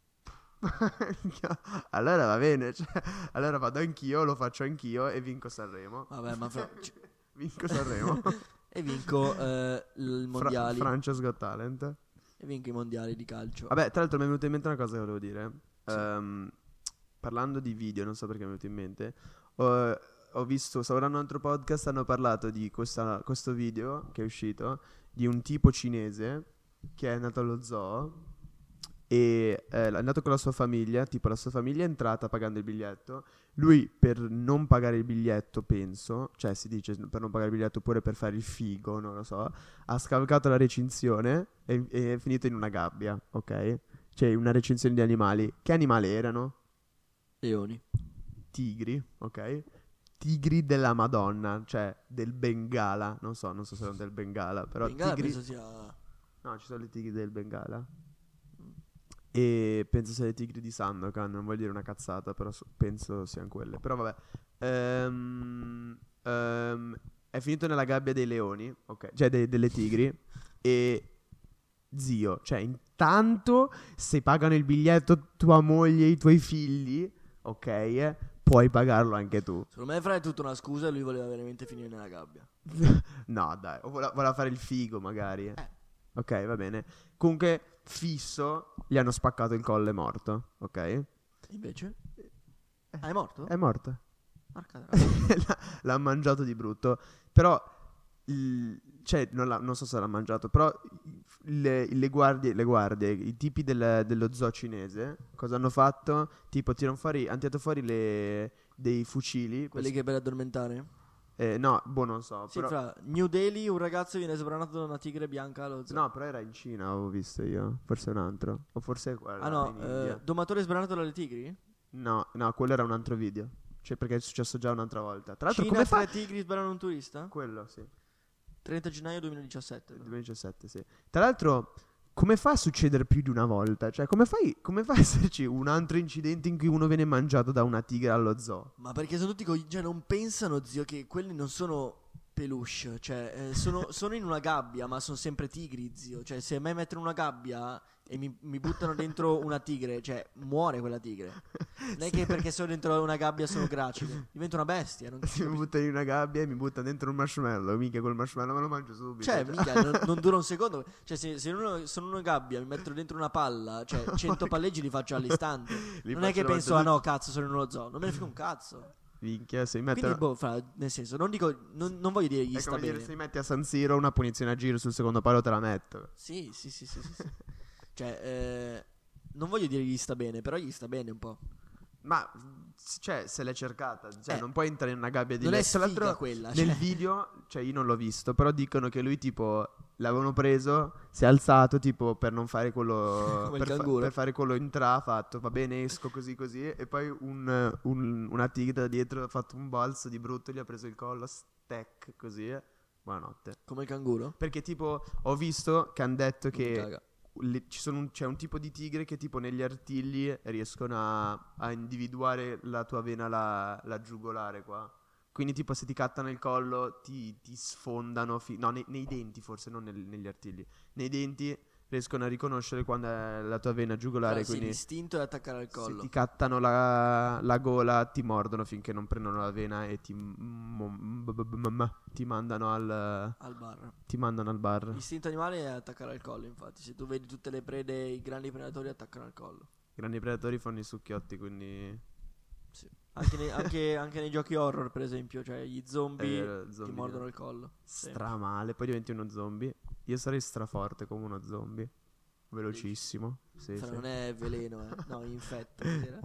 Allora va bene, cioè, allora vado anch'io, lo faccio anch'io e vinco Sanremo. Vabbè, ma vinco Sanremo e vinco i mondiali. France's Got Talent. E vinco i mondiali di calcio. Vabbè, tra l'altro mi è venuta in mente una cosa che volevo dire. Sì. Parlando di video, non so perché mi è venuto in mente. Ho visto, stavo guardando un altro podcast, hanno parlato di questo video che è uscito di un tipo cinese che è andato allo zoo e è andato con la sua famiglia, tipo la sua famiglia è entrata pagando il biglietto, lui per non pagare il biglietto, penso, cioè si dice per non pagare il biglietto oppure per fare il figo, non lo so, ha scavalcato la recinzione e è finito in una gabbia, ok? Cioè una recinzione di animali. Che animali erano? Leoni. Tigri, ok? Tigri della Madonna, cioè del Bengala, non so se erano del Bengala, però Bengala tigri... penso sia... No, ci sono le tigri del Bengala. E penso sia le tigri di Sandokan, non voglio dire una cazzata, però penso siano quelle. Però vabbè. È finito nella gabbia dei leoni, ok? Cioè delle tigri. E zio, cioè intanto se pagano il biglietto tua moglie e i tuoi figli, ok? puoi pagarlo anche tu. Secondo me Fra è tutta una scusa e lui voleva veramente finire nella gabbia. No, dai, o voleva fare il figo magari. Ok, va bene. Comunque, fisso, gli hanno spaccato il collo, è morto, ok? Invece? È morto? È morto. Porca L'ha mangiato di brutto. Però, cioè, non so se l'ha mangiato, però le guardie, i tipi dello zoo cinese, cosa hanno fatto? Tipo, hanno tirato fuori dei fucili. Quelli che per addormentare? No, non so. Sì, però... Fra New Delhi un ragazzo viene sbranato da una tigre bianca allo zoo. No, però era in Cina, avevo visto io. Forse è un altro. O forse Ah no, domatore sbranato dalle tigri? No, quello era un altro video. Cioè, perché è successo già un'altra volta. Tra l'altro, Cina, come fa? 3 tigri sbranano un turista? Quello, sì. 30 gennaio 2017. 2017, sì. Tra l'altro, come fa a succedere più di una volta? Cioè, come fa a esserci un altro incidente in cui uno viene mangiato da una tigre allo zoo? Ma perché sono tutti cioè non pensano, zio, che quelli non sono peluche. Cioè, sono in una gabbia, ma sono sempre tigri, zio. Cioè, se a me mettono in una gabbia e mi buttano dentro una tigre, cioè, muore quella tigre. Non è che perché sono dentro una gabbia sono gracile. Divento una bestia. Non Si mi buttano in una gabbia e mi buttano dentro un marshmallow. Mica col marshmallow me lo mangio subito. Cioè, mica, non dura un secondo. Cioè, se sono in una gabbia, mi metto dentro una palla, cioè, 100 palleggi li faccio all'istante. Non è che penso, ah no, cazzo, sono in uno zoo. Non me ne frega un cazzo. Minchia, se Quindi, nel senso, non voglio dire gli sta bene. Se mi metti a San Siro una punizione a giro sul secondo palo te la metto. Sì. Cioè, non voglio dire gli sta bene, però gli sta bene un po'. Ma, cioè, se l'è cercata. Cioè, non puoi entrare in una gabbia di non lei. è sfiga quella. Nel video, cioè, io non l'ho visto, però dicono che lui, tipo, l'avevano preso, si è alzato, tipo, per non fare quello... Come il canguro. Per fare quello in tra, ha fatto, va bene, esco così, e poi una tigre da dietro ha fatto un balzo di brutto, gli ha preso il collo, stack, così, buonanotte. Come il canguro? Perché, tipo, ho visto che hanno detto che... Caga. C'è un tipo di tigre che tipo negli artigli riescono a individuare la tua vena, la giugolare qua. Quindi tipo se ti cattano il collo ti sfondano, nei denti forse, non negli artigli. Nei denti riescono a riconoscere quando è la tua vena giugolare. Sì, quindi l'istinto è attaccare al collo. se ti cattano la gola ti mordono finché non prendono la vena e ti mandano al bar. Ti mandano al bar. L'istinto animale è attaccare al collo, infatti. Se tu vedi tutte le prede, i grandi predatori attaccano al collo. I grandi predatori fanno i succhiotti, quindi... Sì. Anche nei giochi horror, per esempio, cioè gli zombie ti mordono il collo. Stramale, poi diventi uno zombie. Io sarei straforte come uno zombie. Velocissimo. Sì, non è veleno, no, infetto.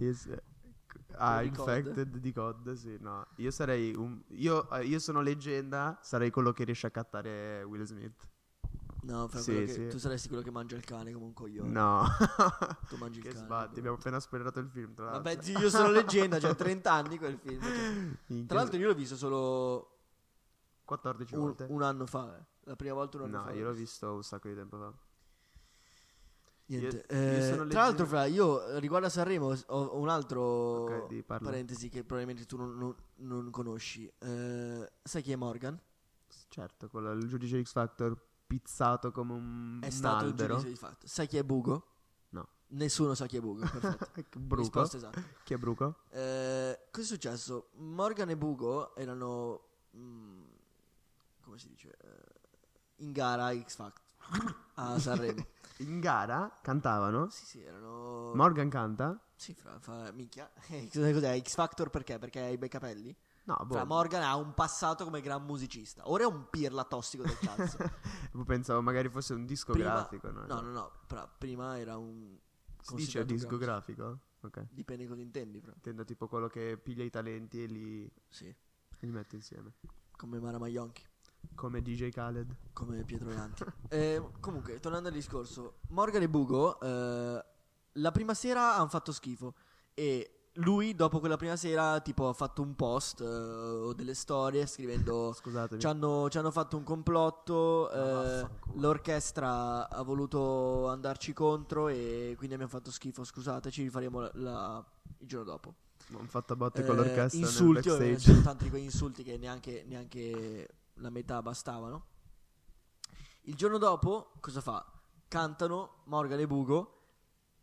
Infected di COD, sì, no. Io sarei io sono leggenda, sarei quello che riesce a cattare Will Smith. No, tu saresti quello che mangia il cane come un coglione. No. Tu mangi il cane. Sbatti, abbiamo appena spoilerato il film, tra l'altro. Vabbè, zio, io sono leggenda, cioè 30 anni quel film. Cioè. Tra l'altro io l'ho visto solo 14 volte. Un anno fa, La prima volta un anno fa. No, io l'ho visto un sacco di tempo fa. Niente. Tra l'altro, Fra, io riguardo a Sanremo ho un altro parentesi che probabilmente tu non conosci. Sai chi è Morgan? Certo, quello il giudice X Factor pizzato come un È stato albero. il giudice di fatto. Sai chi è Bugo? No. Nessuno sa chi è Bugo. Perfetto. Bruco. Risposta esatta. Chi è Bruco? Cosa è successo? Morgan e Bugo erano come si dice? In gara a X Factor a Sanremo. In gara? Cantavano? Sì, erano... Morgan canta? Sì, minchia. Cos'è? X Factor perché? Perché hai i bei capelli? No, Morgan ha un passato come gran musicista. Ora è un pirla tossico del cazzo. Pensavo magari fosse un discografico. No. Prima era un... Si dice discografico? Ok. Dipende cosa intendi, Fra. Intendo tipo quello che piglia i talenti e li mette insieme. Come Mara Maionchi. Come DJ Khaled. Come Pietro Ianchi. Comunque, tornando al discorso, Morgan e Bugo la prima sera hanno fatto schifo. E lui dopo quella prima sera tipo ha fatto un post o delle storie scrivendo scusatemi, ci hanno fatto un complotto, l'orchestra ha voluto andarci contro e quindi abbiamo fatto schifo, scusate, ci rifaremo il giorno dopo. Hanno fatto a botte con l'orchestra insulti, nel backstage. sono tanti di quegli insulti che neanche la metà bastavano. Il giorno dopo cosa fa? Cantano Morgan e Bugo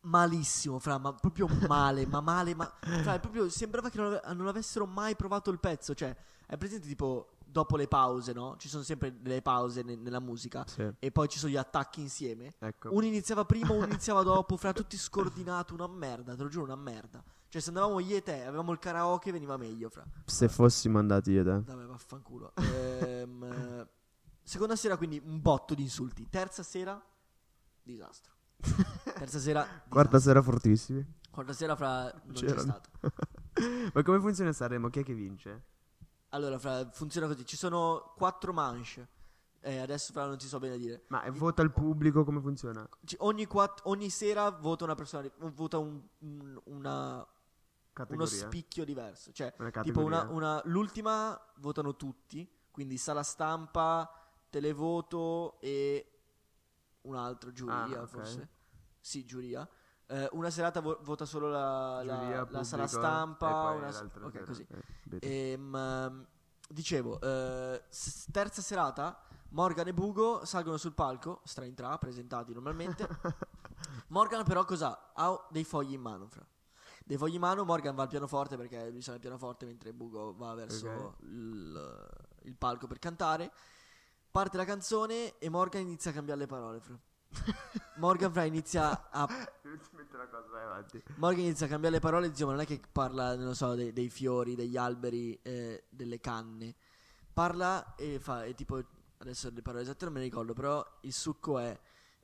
malissimo, fra, ma proprio male, ma fra, proprio sembrava che non avessero mai provato il pezzo, cioè, è presente tipo dopo le pause, no? Ci sono sempre delle pause nella musica, Sì. e poi ci sono gli attacchi insieme. Ecco. Uno iniziava prima, uno iniziava dopo, fra, tutti scordinati, una merda, te lo giuro, una merda. Cioè, se andavamo io e te, avevamo il karaoke, veniva meglio, fra. Se fossimo andati io e te. Vabbè, vaffanculo. Seconda sera, quindi un botto di insulti. Terza sera, disastro. Terza sera, Quarta disastro. sera fortissimi. Quarta sera, fra, non c'è C'erano. stato. Ma come funziona a Sanremo? Chi è che vince? Allora, fra, funziona così. Ci sono 4 manche. Adesso, fra, non ti so bene dire. Ma vota il pubblico? Come funziona? Ogni sera vota una persona, vota uno Categoria? spicchio diverso. Cioè, Una tipo categoria? l'ultima votano tutti. Quindi sala stampa, televoto e un altro, giuria, ok. forse. Sì, giuria. Una serata vota solo la Giuria, sala pubblico, stampa. e poi l'altro Ok, zero. così. Vedi. Dicevo, terza serata, Morgan e Bugo salgono sul palco, straintra, presentati normalmente. Morgan però cosa? Ha dei fogli in mano, fra. Dei fogli in mano, Morgan va al pianoforte perché lui suona il pianoforte mentre Bugo va verso Ok. il palco per cantare. Parte la canzone e Morgan inizia a cambiare le parole, fra. Morgan, fra, inizia a Una cosa, vai avanti. Morgan inizia a cambiare le parole, zio, ma non è che parla, non so, dei fiori, degli alberi, delle canne. Parla e fa, e tipo, adesso le parole esatte non me le ricordo, però il succo è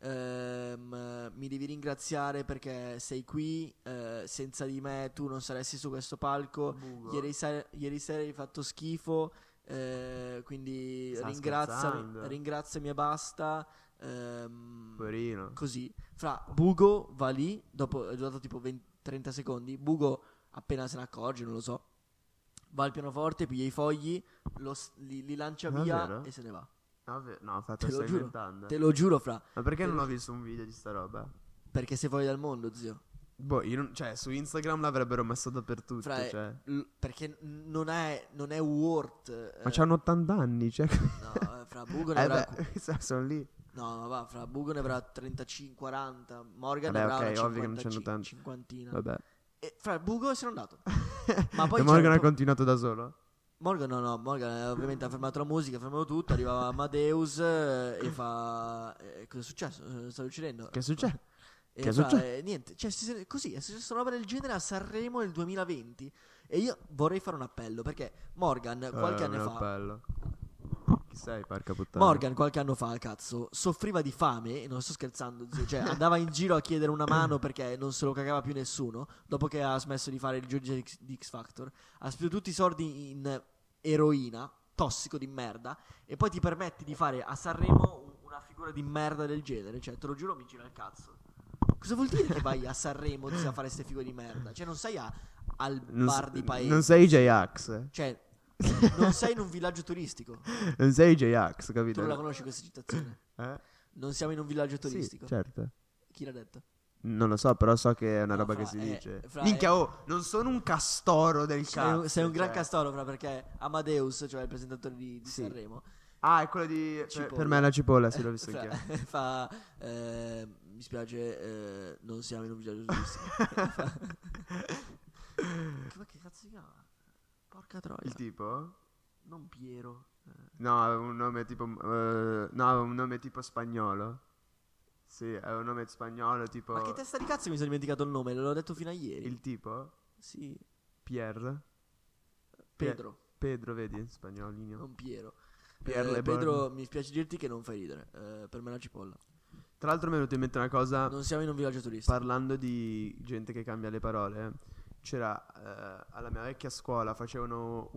mi devi ringraziare perché sei qui, senza di me tu non saresti su questo palco. Bugo. Ieri sera hai fatto schifo, quindi Sta scherzando. ringraziami e basta. Poverino. Così, fra, Bugo va lì, dopo è durato tipo 30 secondi. Bugo appena se ne accorge, non lo so, va al pianoforte, piglia i fogli, li lancia via Davvero? e se ne va. No, Te lo stai giuro, inventando. te lo giuro, fra. Ma perché non ho visto un video di sta roba? Perché sei fuori dal mondo, zio. Boh, cioè, su Instagram l'avrebbero messo dappertutto, Fra, cioè. perché non è worth. Ma c'hanno 80 anni, cioè. No, fra, Bugo ne avrà. Sono lì. No, ma va, fra, Bugo ne avrà 35, 40. Morgan Vabbè, ne avrà ok, una ovvio che non c'hanno 50, tanti. cinquantina. Vabbè. E fra, Bugo se n'è andato. Ma poi E c'è Morgan un ha po'. continuato da solo? Morgan Morgan ovviamente ha fermato la musica, ha fermato tutto, arrivava Amadeus e fa... cosa è successo? Sta uccidendo? Che succede? E Che è fa, successo? niente, cioè così, è successo una roba del genere a Sanremo nel 2020 e io vorrei fare un appello perché Morgan qualche anno fa... Appello. Chi sei, porca puttana? Morgan qualche anno fa, cazzo, soffriva di fame, e non sto scherzando, zio, cioè andava in giro a chiedere una mano perché non se lo cagava più nessuno, dopo che ha smesso di fare il giudice di X Factor, ha speso tutti i soldi in eroina, tossico di merda, e poi ti permetti di fare a Sanremo una figura di merda del genere, cioè te lo giuro mi gira il cazzo. Cosa vuol dire che vai a Sanremo e ti a fare queste figure di merda? Cioè non sei al bar di paese, Non sei J-Ax. cioè non sei in un villaggio turistico. Non sei J-Ax, capito? Tu non la conosci questa citazione? Eh? Non siamo in un villaggio turistico. Sì, certo. Chi l'ha detto? Non lo so, però so che è una No, roba fra, che si dice. fra, Minchia, oh, non sono un castoro del cazzo. Sei un gran cioè. castoro, fra, perché Amadeus, cioè il presentatore di Sì. Sanremo, Ah, è quello di... Cipolla. Per me è la cipolla, sì, l'ho visto fra, anch'io. fa mi spiace, non siamo in un villaggio turistico. Ma che cazzo si chiama? Porca troia. Il tipo? Non Piero. No, aveva un nome tipo... no, aveva un nome tipo spagnolo. Sì, aveva un nome spagnolo tipo... Ma che testa di cazzo mi sono dimenticato il nome? L'ho detto fino a ieri. Il tipo? Sì, Pierre? Pedro, Pedro, vedi, spagnolino. non Piero. Pierre Le Pedro, Bon. mi spiace dirti che non fai ridere. Per me è una cipolla. Tra l'altro mi è venuta in mente una cosa, Non siamo in un villaggio turistico. parlando di gente che cambia le parole. C'era alla mia vecchia scuola facevano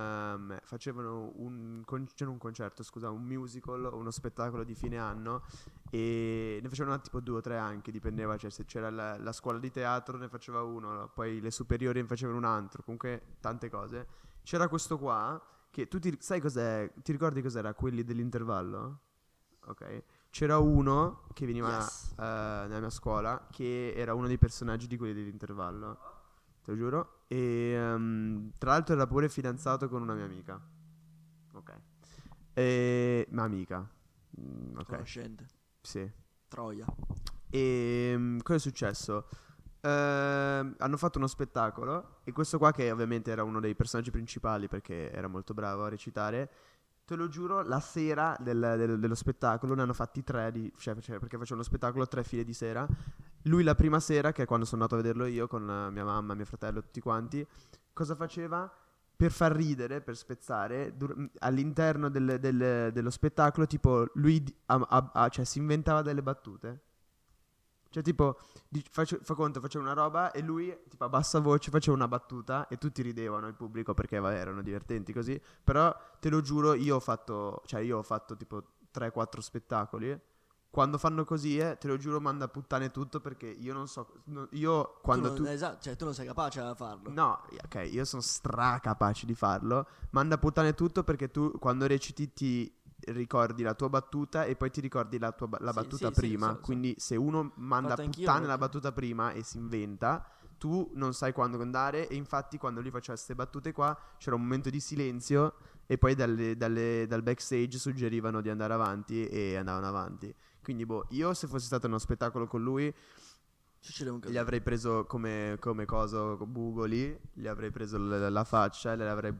c'era un concerto, scusa, un musical o uno spettacolo di fine anno, e ne facevano tipo 2 o 3 anche, dipendeva, cioè se c'era la scuola di teatro ne faceva uno, poi le superiori ne facevano un altro, comunque tante cose. C'era questo qua che tu sai cos'è, ti ricordi cos'era quelli dell'intervallo? Ok. C'era uno che veniva Yes. nella mia scuola che era uno dei personaggi di quelli dell'intervallo. Te lo giuro. E tra l'altro era pure fidanzato con una mia amica. Ok. Ma amica. Ok. Conoscente. Sì. Troia. E cosa è successo? Hanno fatto uno spettacolo e questo qua, che ovviamente era uno dei personaggi principali perché era molto bravo a recitare, te lo giuro, la sera dello spettacolo ne hanno fatti 3 cioè, perché facevano lo spettacolo 3 file di sera. Lui la prima sera, che è quando sono andato a vederlo io con mia mamma, mio fratello, tutti quanti, cosa faceva? Per far ridere, per spezzare, all'interno dello spettacolo, tipo lui cioè, si inventava delle battute. Cioè tipo, fa conto, faceva una roba e lui tipo a bassa voce faceva una battuta e tutti ridevano, il pubblico, perché erano divertenti così. Però te lo giuro, io ho fatto tipo 3-4 spettacoli. Quando fanno così, te lo giuro, manda a puttane tutto, perché io non so, io quando Esatto, cioè tu non sei capace a farlo. No, ok, io sono capace di farlo. Manda a puttane tutto, perché tu quando reciti ti ricordi la tua battuta e poi ti ricordi la battuta prima. Quindi se uno manda a puttane la battuta prima e si inventa, tu non sai quando andare. E infatti quando lui faceva queste battute qua c'era un momento di silenzio e poi dal backstage suggerivano di andare avanti e andavano avanti. Quindi io se fossi stato in uno spettacolo con lui gli avrei preso come coso Bugoli, gli avrei preso la faccia e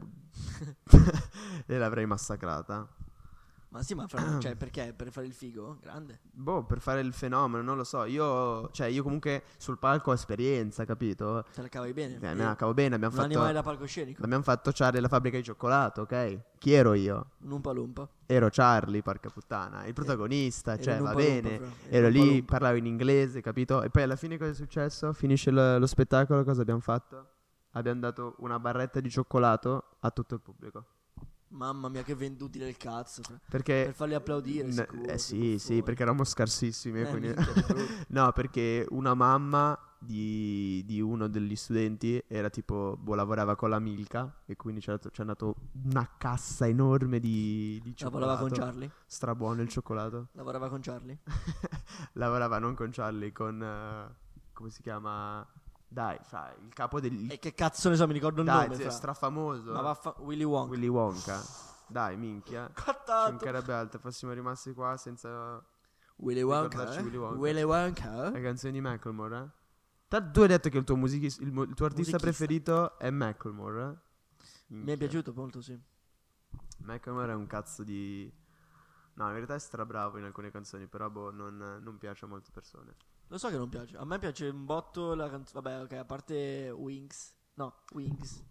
l'avrei massacrata. Ma sì, ma cioè, perché? Per fare il figo? Grande? Per fare il fenomeno, non lo so. Io comunque sul palco ho esperienza, capito? Te la cavi bene? Me la cavo bene. Un animale da palcoscenico. Abbiamo fatto Charlie la fabbrica di cioccolato, ok? Chi ero io? Lumpa Lumpa. Ero Charlie, porca puttana. Il protagonista, cioè va bene. Lumpa, ero lì, parlavo in inglese, capito? E poi alla fine cosa è successo? Finisce lo spettacolo, cosa abbiamo fatto? Abbiamo dato una barretta di cioccolato a tutto il pubblico. Mamma mia, che venduti del cazzo. Perché per farli applaudire, sicuro, sì, perché eravamo scarsissimi. Quindi no, perché una mamma di uno degli studenti era tipo, lavorava con la Milka e quindi ci ha dato una cassa enorme di cioccolato. Lavorava con Charlie? Strabuono il cioccolato. Lavorava con Charlie? Lavorava non con Charlie, con come si chiama? Dai, il capo del... E che cazzo ne so, mi ricordo il nome. Dai, è strafamoso. Ma Willy Wonka. Willy Wonka. Dai, minchia. Ci mancherebbe altro, fossimo rimasti qua senza... Willy Wonka. Willy Wonka. Le canzoni di Macklemore, Tu hai detto che il tuo il tuo artista preferito è Macklemore, Mi è piaciuto molto, sì. Macklemore è un cazzo di... No, in verità è strabravo in alcune canzoni, però non piace a molte persone. Lo so che non piace. A me piace un botto la canzone. Vabbè, ok, a parte Wings. No, Wings.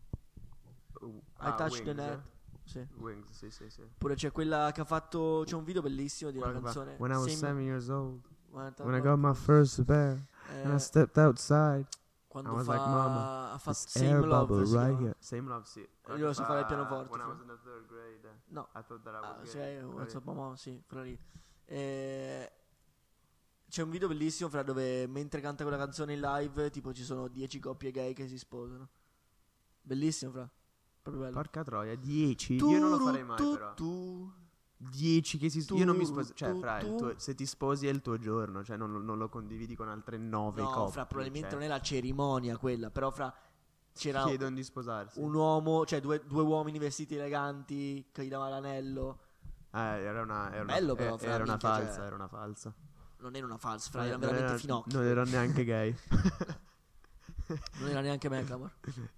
I Touch Wings, the Net. Sì. Wings, sì. Pure c'è quella che ha fatto. C'è un video bellissimo di una canzone. When I was 7 years old, when I got my first bear, and I stepped outside. Quando I was like, Mama, ha fatto this Same air Love bubble si right chiama. here. Same Love, sì. Io lo so fare il pianoforte. When I was in the 3rd grade. No. I thought that I was Cioè, gay. sì, quella lì. C'è un video bellissimo fra dove mentre canta quella canzone in live, tipo ci sono 10 coppie gay che si sposano. Bellissimo, fra. Proprio bello. Porca troia, 10? Io non lo farei mai, però. 10 che si io non mi sposo. Cioè, fra, se ti sposi è il tuo giorno. Cioè, non lo condividi con altre 9 coppie. No, fra, probabilmente non è la cerimonia quella. Però, fra, c'era chiedono di sposarsi. un uomo, cioè due uomini vestiti eleganti che gli dava l'anello. Bello, però, fra, era una falsa, cioè, era una falsa. Non era una falsa, fra, era veramente finocchio. Non era neanche gay. Non era neanche Macklemore.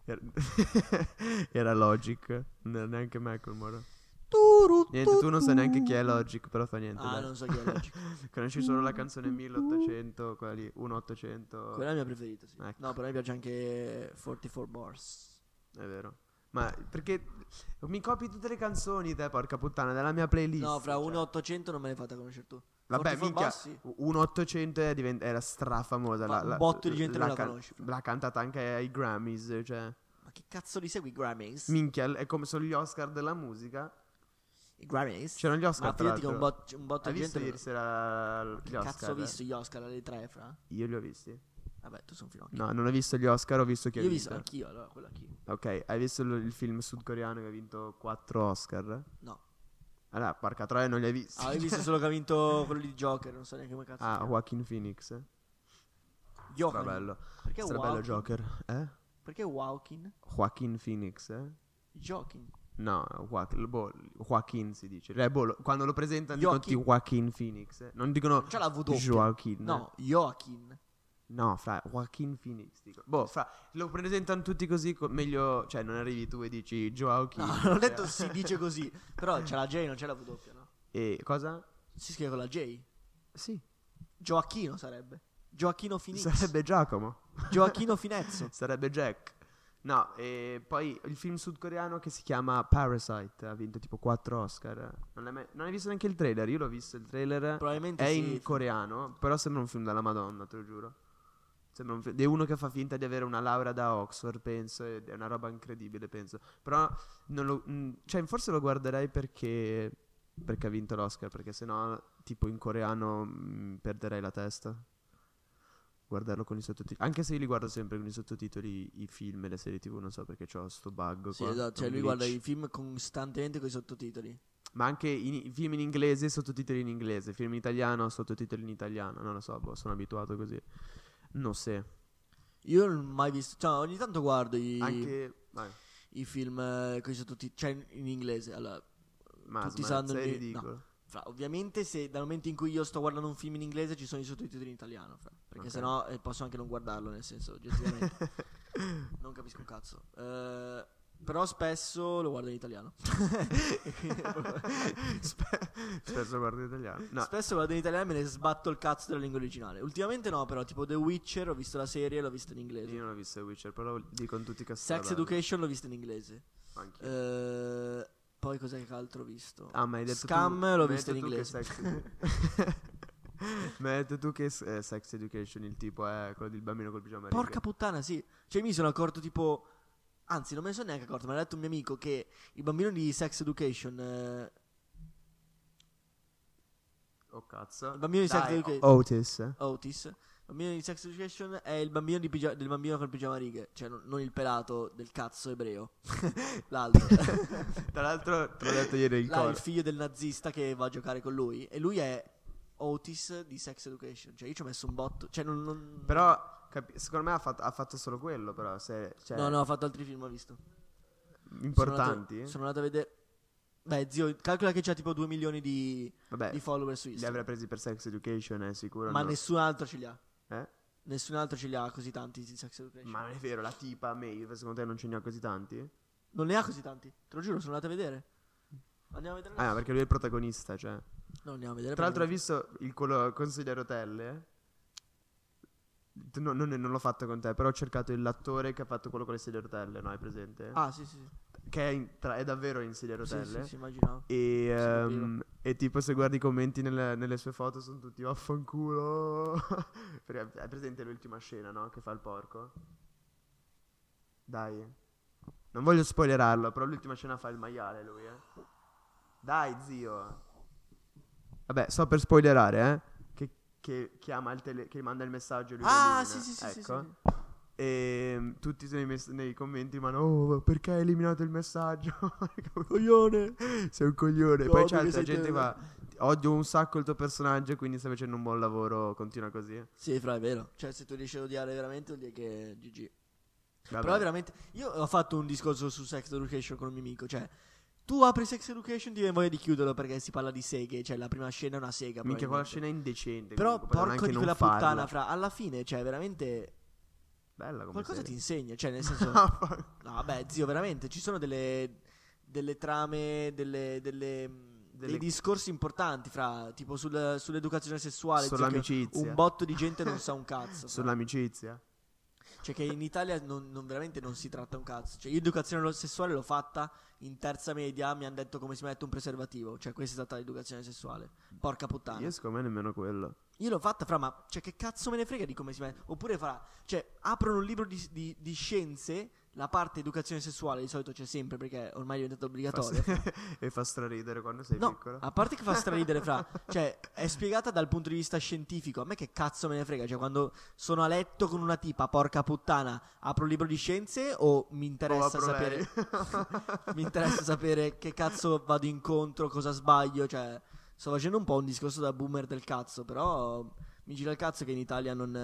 Era Logic. Non era neanche Macklemore. Niente, tu non sai neanche chi è Logic, però fa niente. Ah, dai. non so chi è Logic. Conosci solo la canzone 1800, quella lì, 1800. Quella è la mia preferita, sì. Ecco. No, però mi piace anche 44 Bars. È vero. Ma perché mi copi tutte le canzoni, te, porca puttana, della mia playlist? No, fra 1-800 non me l'hai fatta conoscere tu. Vabbè, minchia, 1800 era strafamosa. Un botto di gente non la conosce. L'ha cantata anche ai Grammys, cioè. Ma che cazzo li segui i Grammys? Minchia, è come sono gli Oscar della musica. I Grammys? C'erano gli Oscar. Ma fidati che un botto Hai di visto gente. ieri sera gli Che Oscar? cazzo ho visto gli Oscar alle 3, fra? Io li ho visti. Vabbè, tu sei un finocchio. No, non ho visto gli Oscar, ho visto chi ha Io ho vinto. visto anch'io, allora, quello anch'io. Ok, hai visto il film sudcoreano che ha vinto 4 Oscar? No. Allora, porca troia, non li hai visti. Ah, hai visto solo che ha vinto quello di Joker, non so neanche come cazzo. Ah, Joaquin Phoenix. Joker. Bello. Perché Strabello Joaquin? Joker. Perché Joaquin? Joaquin Phoenix, Joaquin. No, Joaquin si dice. Quando lo presentano dicono Joaquin. Joaquin Phoenix. Non dicono C'è la W. Joaquin. No, Joaquin. No, Joaquin Phoenix dico. Lo presentano tutti così, meglio, cioè non arrivi tu e dici Joaquin. No, non ho detto si dice così. Però c'è la J, non c'è la W, no? E cosa? Si scrive con la J. Sì. Gioacchino sarebbe. Gioacchino Phoenix. Sarebbe Giacomo. Gioacchino Finezzo. Sarebbe Jack. No, e poi il film sudcoreano che si chiama Parasite ha vinto tipo 4 Oscar. Non hai visto neanche il trailer? Io l'ho visto il trailer. Probabilmente è sì. in coreano, però sembra un film della Madonna, te lo giuro. Sembra un di uno che fa finta di avere una laurea da Oxford, penso, ed è una roba incredibile, penso. Però non lo, cioè forse lo guarderei perché ha vinto l'Oscar, perché sennò tipo in coreano perderei la testa. Guardarlo con i sottotitoli, anche se io li guardo sempre con i sottotitoli, i film e le serie TV, non so perché c'ho sto bug Sì, qua. esatto, cioè lui guarda i film costantemente con i sottotitoli. Ma anche i film in inglese, sottotitoli in inglese, film in italiano, sottotitoli in italiano, non lo so, sono abituato così. Non so. Io non ho mai visto, cioè ogni tanto guardo i film con i sottotitoli, cioè in inglese, allora tutti sanno sei ridicolo. No. Ovviamente se dal momento in cui io sto guardando un film in inglese ci sono i sottotitoli in italiano, perché sennò posso anche non guardarlo, nel senso, oggettivamente non capisco un cazzo. Però spesso lo guardo in italiano. Spesso guardo in italiano. No. Spesso guardo in italiano e me ne sbatto il cazzo della lingua originale. Ultimamente no, però tipo The Witcher ho visto la serie, l'ho vista in inglese. Io non ho visto The Witcher, però lo dicono tutti Sex Education l'ho vista in inglese. Anche. Poi cos'è che altro ho visto? Ma hai detto Scam l'ho visto in inglese. Mi hai detto tu che Sex Education il tipo è quello del bambino col pigiama a righe. Porca puttana, sì. Cioè mi sono accorto tipo, anzi non me ne sono neanche accorto, mi ha detto un mio amico che il bambino di Sex Education Oh cazzo. il bambino di Sex Education Otis. Il bambino di Sex Education è il bambino del bambino col pigiama a righe. Cioè non il pelato del cazzo ebreo. L'altro. Tra l'altro te l'ho detto ieri il figlio del nazista che va a giocare con lui. E lui è Otis di Sex Education. Cioè io ci ho messo un botto. Cioè non... Però secondo me ha fatto solo quello. Però No, ha fatto altri film, ho visto. Importanti. Sono andato a vedere. Beh, zio, calcola che c'ha tipo 2 milioni di follower su Instagram. Li avrei presi per Sex Education, è sicuro. Ma nessun altro ce li ha. Eh? Nessun altro ce li ha così tanti di Sex Education. Ma non è vero, la tipa Maeve, secondo te non ce ne ha così tanti? Non ne ha così tanti, te lo giuro, sono andato a vedere. Andiamo a vedere. No, perché lui è il protagonista, cioè. No, andiamo a vedere. Tra l'altro hai visto quello consigliere rotelle? Non l'ho fatto con te, però ho cercato l'attore che ha fatto quello con le sedie a rotelle, no? Hai presente? Ah, sì. Che è davvero in sedie a rotelle. Sì, immaginavo. E tipo se guardi i commenti nelle sue foto sono tutti vaffanculo. Perché hai presente l'ultima scena, no? Che fa il porco? Dai. Non voglio spoilerarlo, però l'ultima scena fa il maiale lui, Dai, zio. Vabbè, sto per spoilerare, che chiama che manda il messaggio e lui Ah, lo elimina. sì. Ecco. E tutti nei commenti ma perché hai eliminato il messaggio? Coglione. Sei un coglione. Poi c'è altra gente che va odio un sacco il tuo personaggio, quindi stai facendo un buon lavoro, continua così. Sì, è vero. Cioè se tu riesci a odiare veramente vuol dire che GG. Vabbè. Però veramente io ho fatto un discorso su Sex Education con un mio amico, cioè tu apri Sex Education ti viene voglia di chiuderlo perché si parla di seghe, cioè la prima scena è una sega. Minchia, quella scena è indecente. Però porco di quella puttana, farla. alla fine, cioè veramente bella come qualcosa serie. ti insegna, cioè nel senso No, vabbè, zio, veramente ci sono delle trame, dei discorsi importanti tipo sull'educazione sessuale, sull'amicizia. Un botto di gente non sa un cazzo. Sull'amicizia. Cioè che in Italia non veramente non si tratta un cazzo. Cioè io educazione sessuale l'ho fatta in terza media, mi hanno detto come si mette un preservativo. Cioè questa è stata l'educazione sessuale. Porca puttana. Io secondo me nemmeno quello. Io l'ho fatta ma cioè che cazzo me ne frega di come si mette. Oppure cioè aprono un libro di scienze. La parte educazione sessuale di solito c'è sempre perché ormai è diventata obbligatoria. E fa straridere quando sei no, piccolo. a parte che fa straridere cioè è spiegata dal punto di vista scientifico. A me che cazzo me ne frega. Cioè quando sono a letto con una tipa, porca puttana, apro un libro di scienze o mi interessa sapere mi interessa sapere che cazzo vado incontro, cosa sbaglio. Cioè sto facendo un po' un discorso da boomer del cazzo, però mi gira il cazzo che in Italia non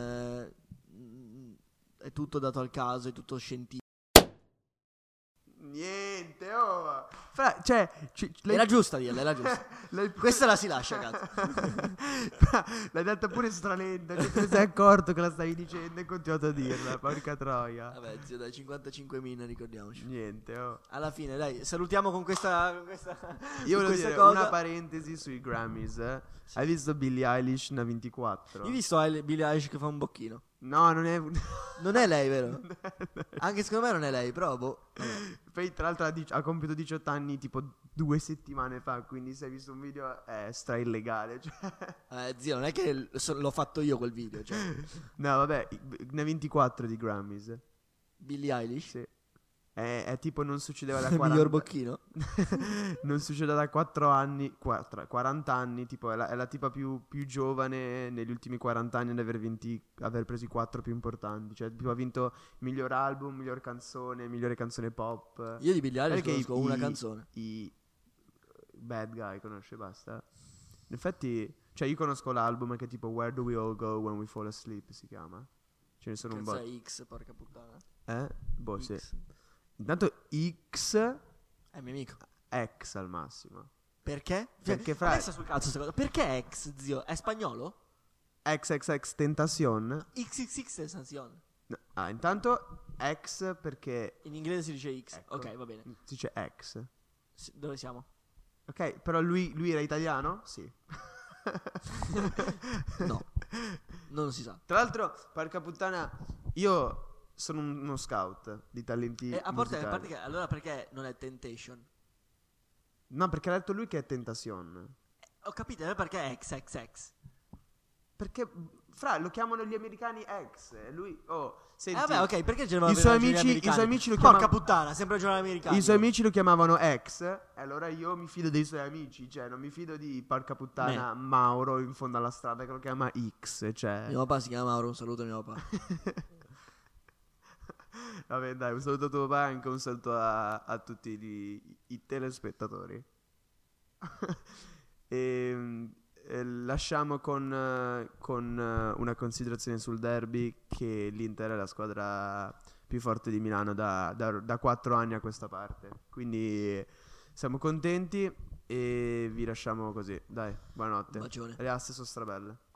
è tutto dato al caso, è tutto scientifico. Yeah. niente, oh. Cioè, era giusta dirla, era giusta. Questa la si lascia, cazzo. L'hai detta pure stralenta, che te ne sei accorto che la stavi dicendo e hai continuato a dirla, porca troia. Vabbè, zio, dai, 55.000, ricordiamoci. Niente, oh. Alla fine, dai, salutiamo con questa Io volevo dire cosa. una parentesi sui Grammys. Hai visto Billie Eilish na 24? Io ho visto Billie Eilish che fa un bocchino. No, non è Non è lei, vero? Anche secondo me non è lei, però boh. Poi tra l'altro ha compiuto 18 anni tipo 2 settimane fa, quindi se hai visto un video è stra illegale, cioè. Zio, non è che l'ho fatto io quel video, cioè. No, vabbè, ne 24 di Grammys. Billie Eilish? Sì. È tipo non succedeva da Il 40 miglior bocchino? Non succede da 4 anni 40 anni, tipo è la tipa più giovane negli ultimi 40 anni ad aver preso i 4 più importanti. Cioè tipo ha vinto miglior album, miglior canzone, migliore canzone pop. Io di Billie Eilish conosco una canzone. I Bad Guy conosce, basta. In effetti, cioè io conosco l'album che è tipo Where Do We All Go When We Fall Asleep si chiama. Ce ne sono un po'. X, porca puttana. Boh, X. sì. Intanto X è mio amico. X al massimo. Perché? Perché Messa sul cazzo sta cosa. Perché X, zio? È spagnolo? XXX Tentacion. XXX Tentacion. No. Intanto X perché in inglese si dice X. Ecco. Ok, va bene. Si dice X. Dove siamo? Ok, però lui era italiano? Sì. No, non si sa. Tra l'altro, porca puttana, io sono uno scout di talenti a musicali. parte che, allora perché non è Temptation? No, perché ha detto lui che è Tentacion. Ho capito, perché è XXX? Perché, lo chiamano gli americani X. E lui, senti. Vabbè, ok, perché i suoi amici lo chiamano. Porca puttana, sembra i giornali americani. I suoi amici lo chiamavano X. E allora io mi fido dei suoi amici. Cioè, non mi fido di porca puttana Mauro in fondo alla strada che lo chiama X. Cioè. Mio papà si chiama Mauro, un saluto a mio papà. Vabbè, dai, un saluto a tuo papà e anche un saluto a tutti i telespettatori. Lasciamo con una considerazione sul derby, che l'Inter è la squadra più forte di Milano da 4 anni a questa parte. Quindi siamo contenti e vi lasciamo così. Dai, buonanotte. Un bacione. Le aste sono strabelle.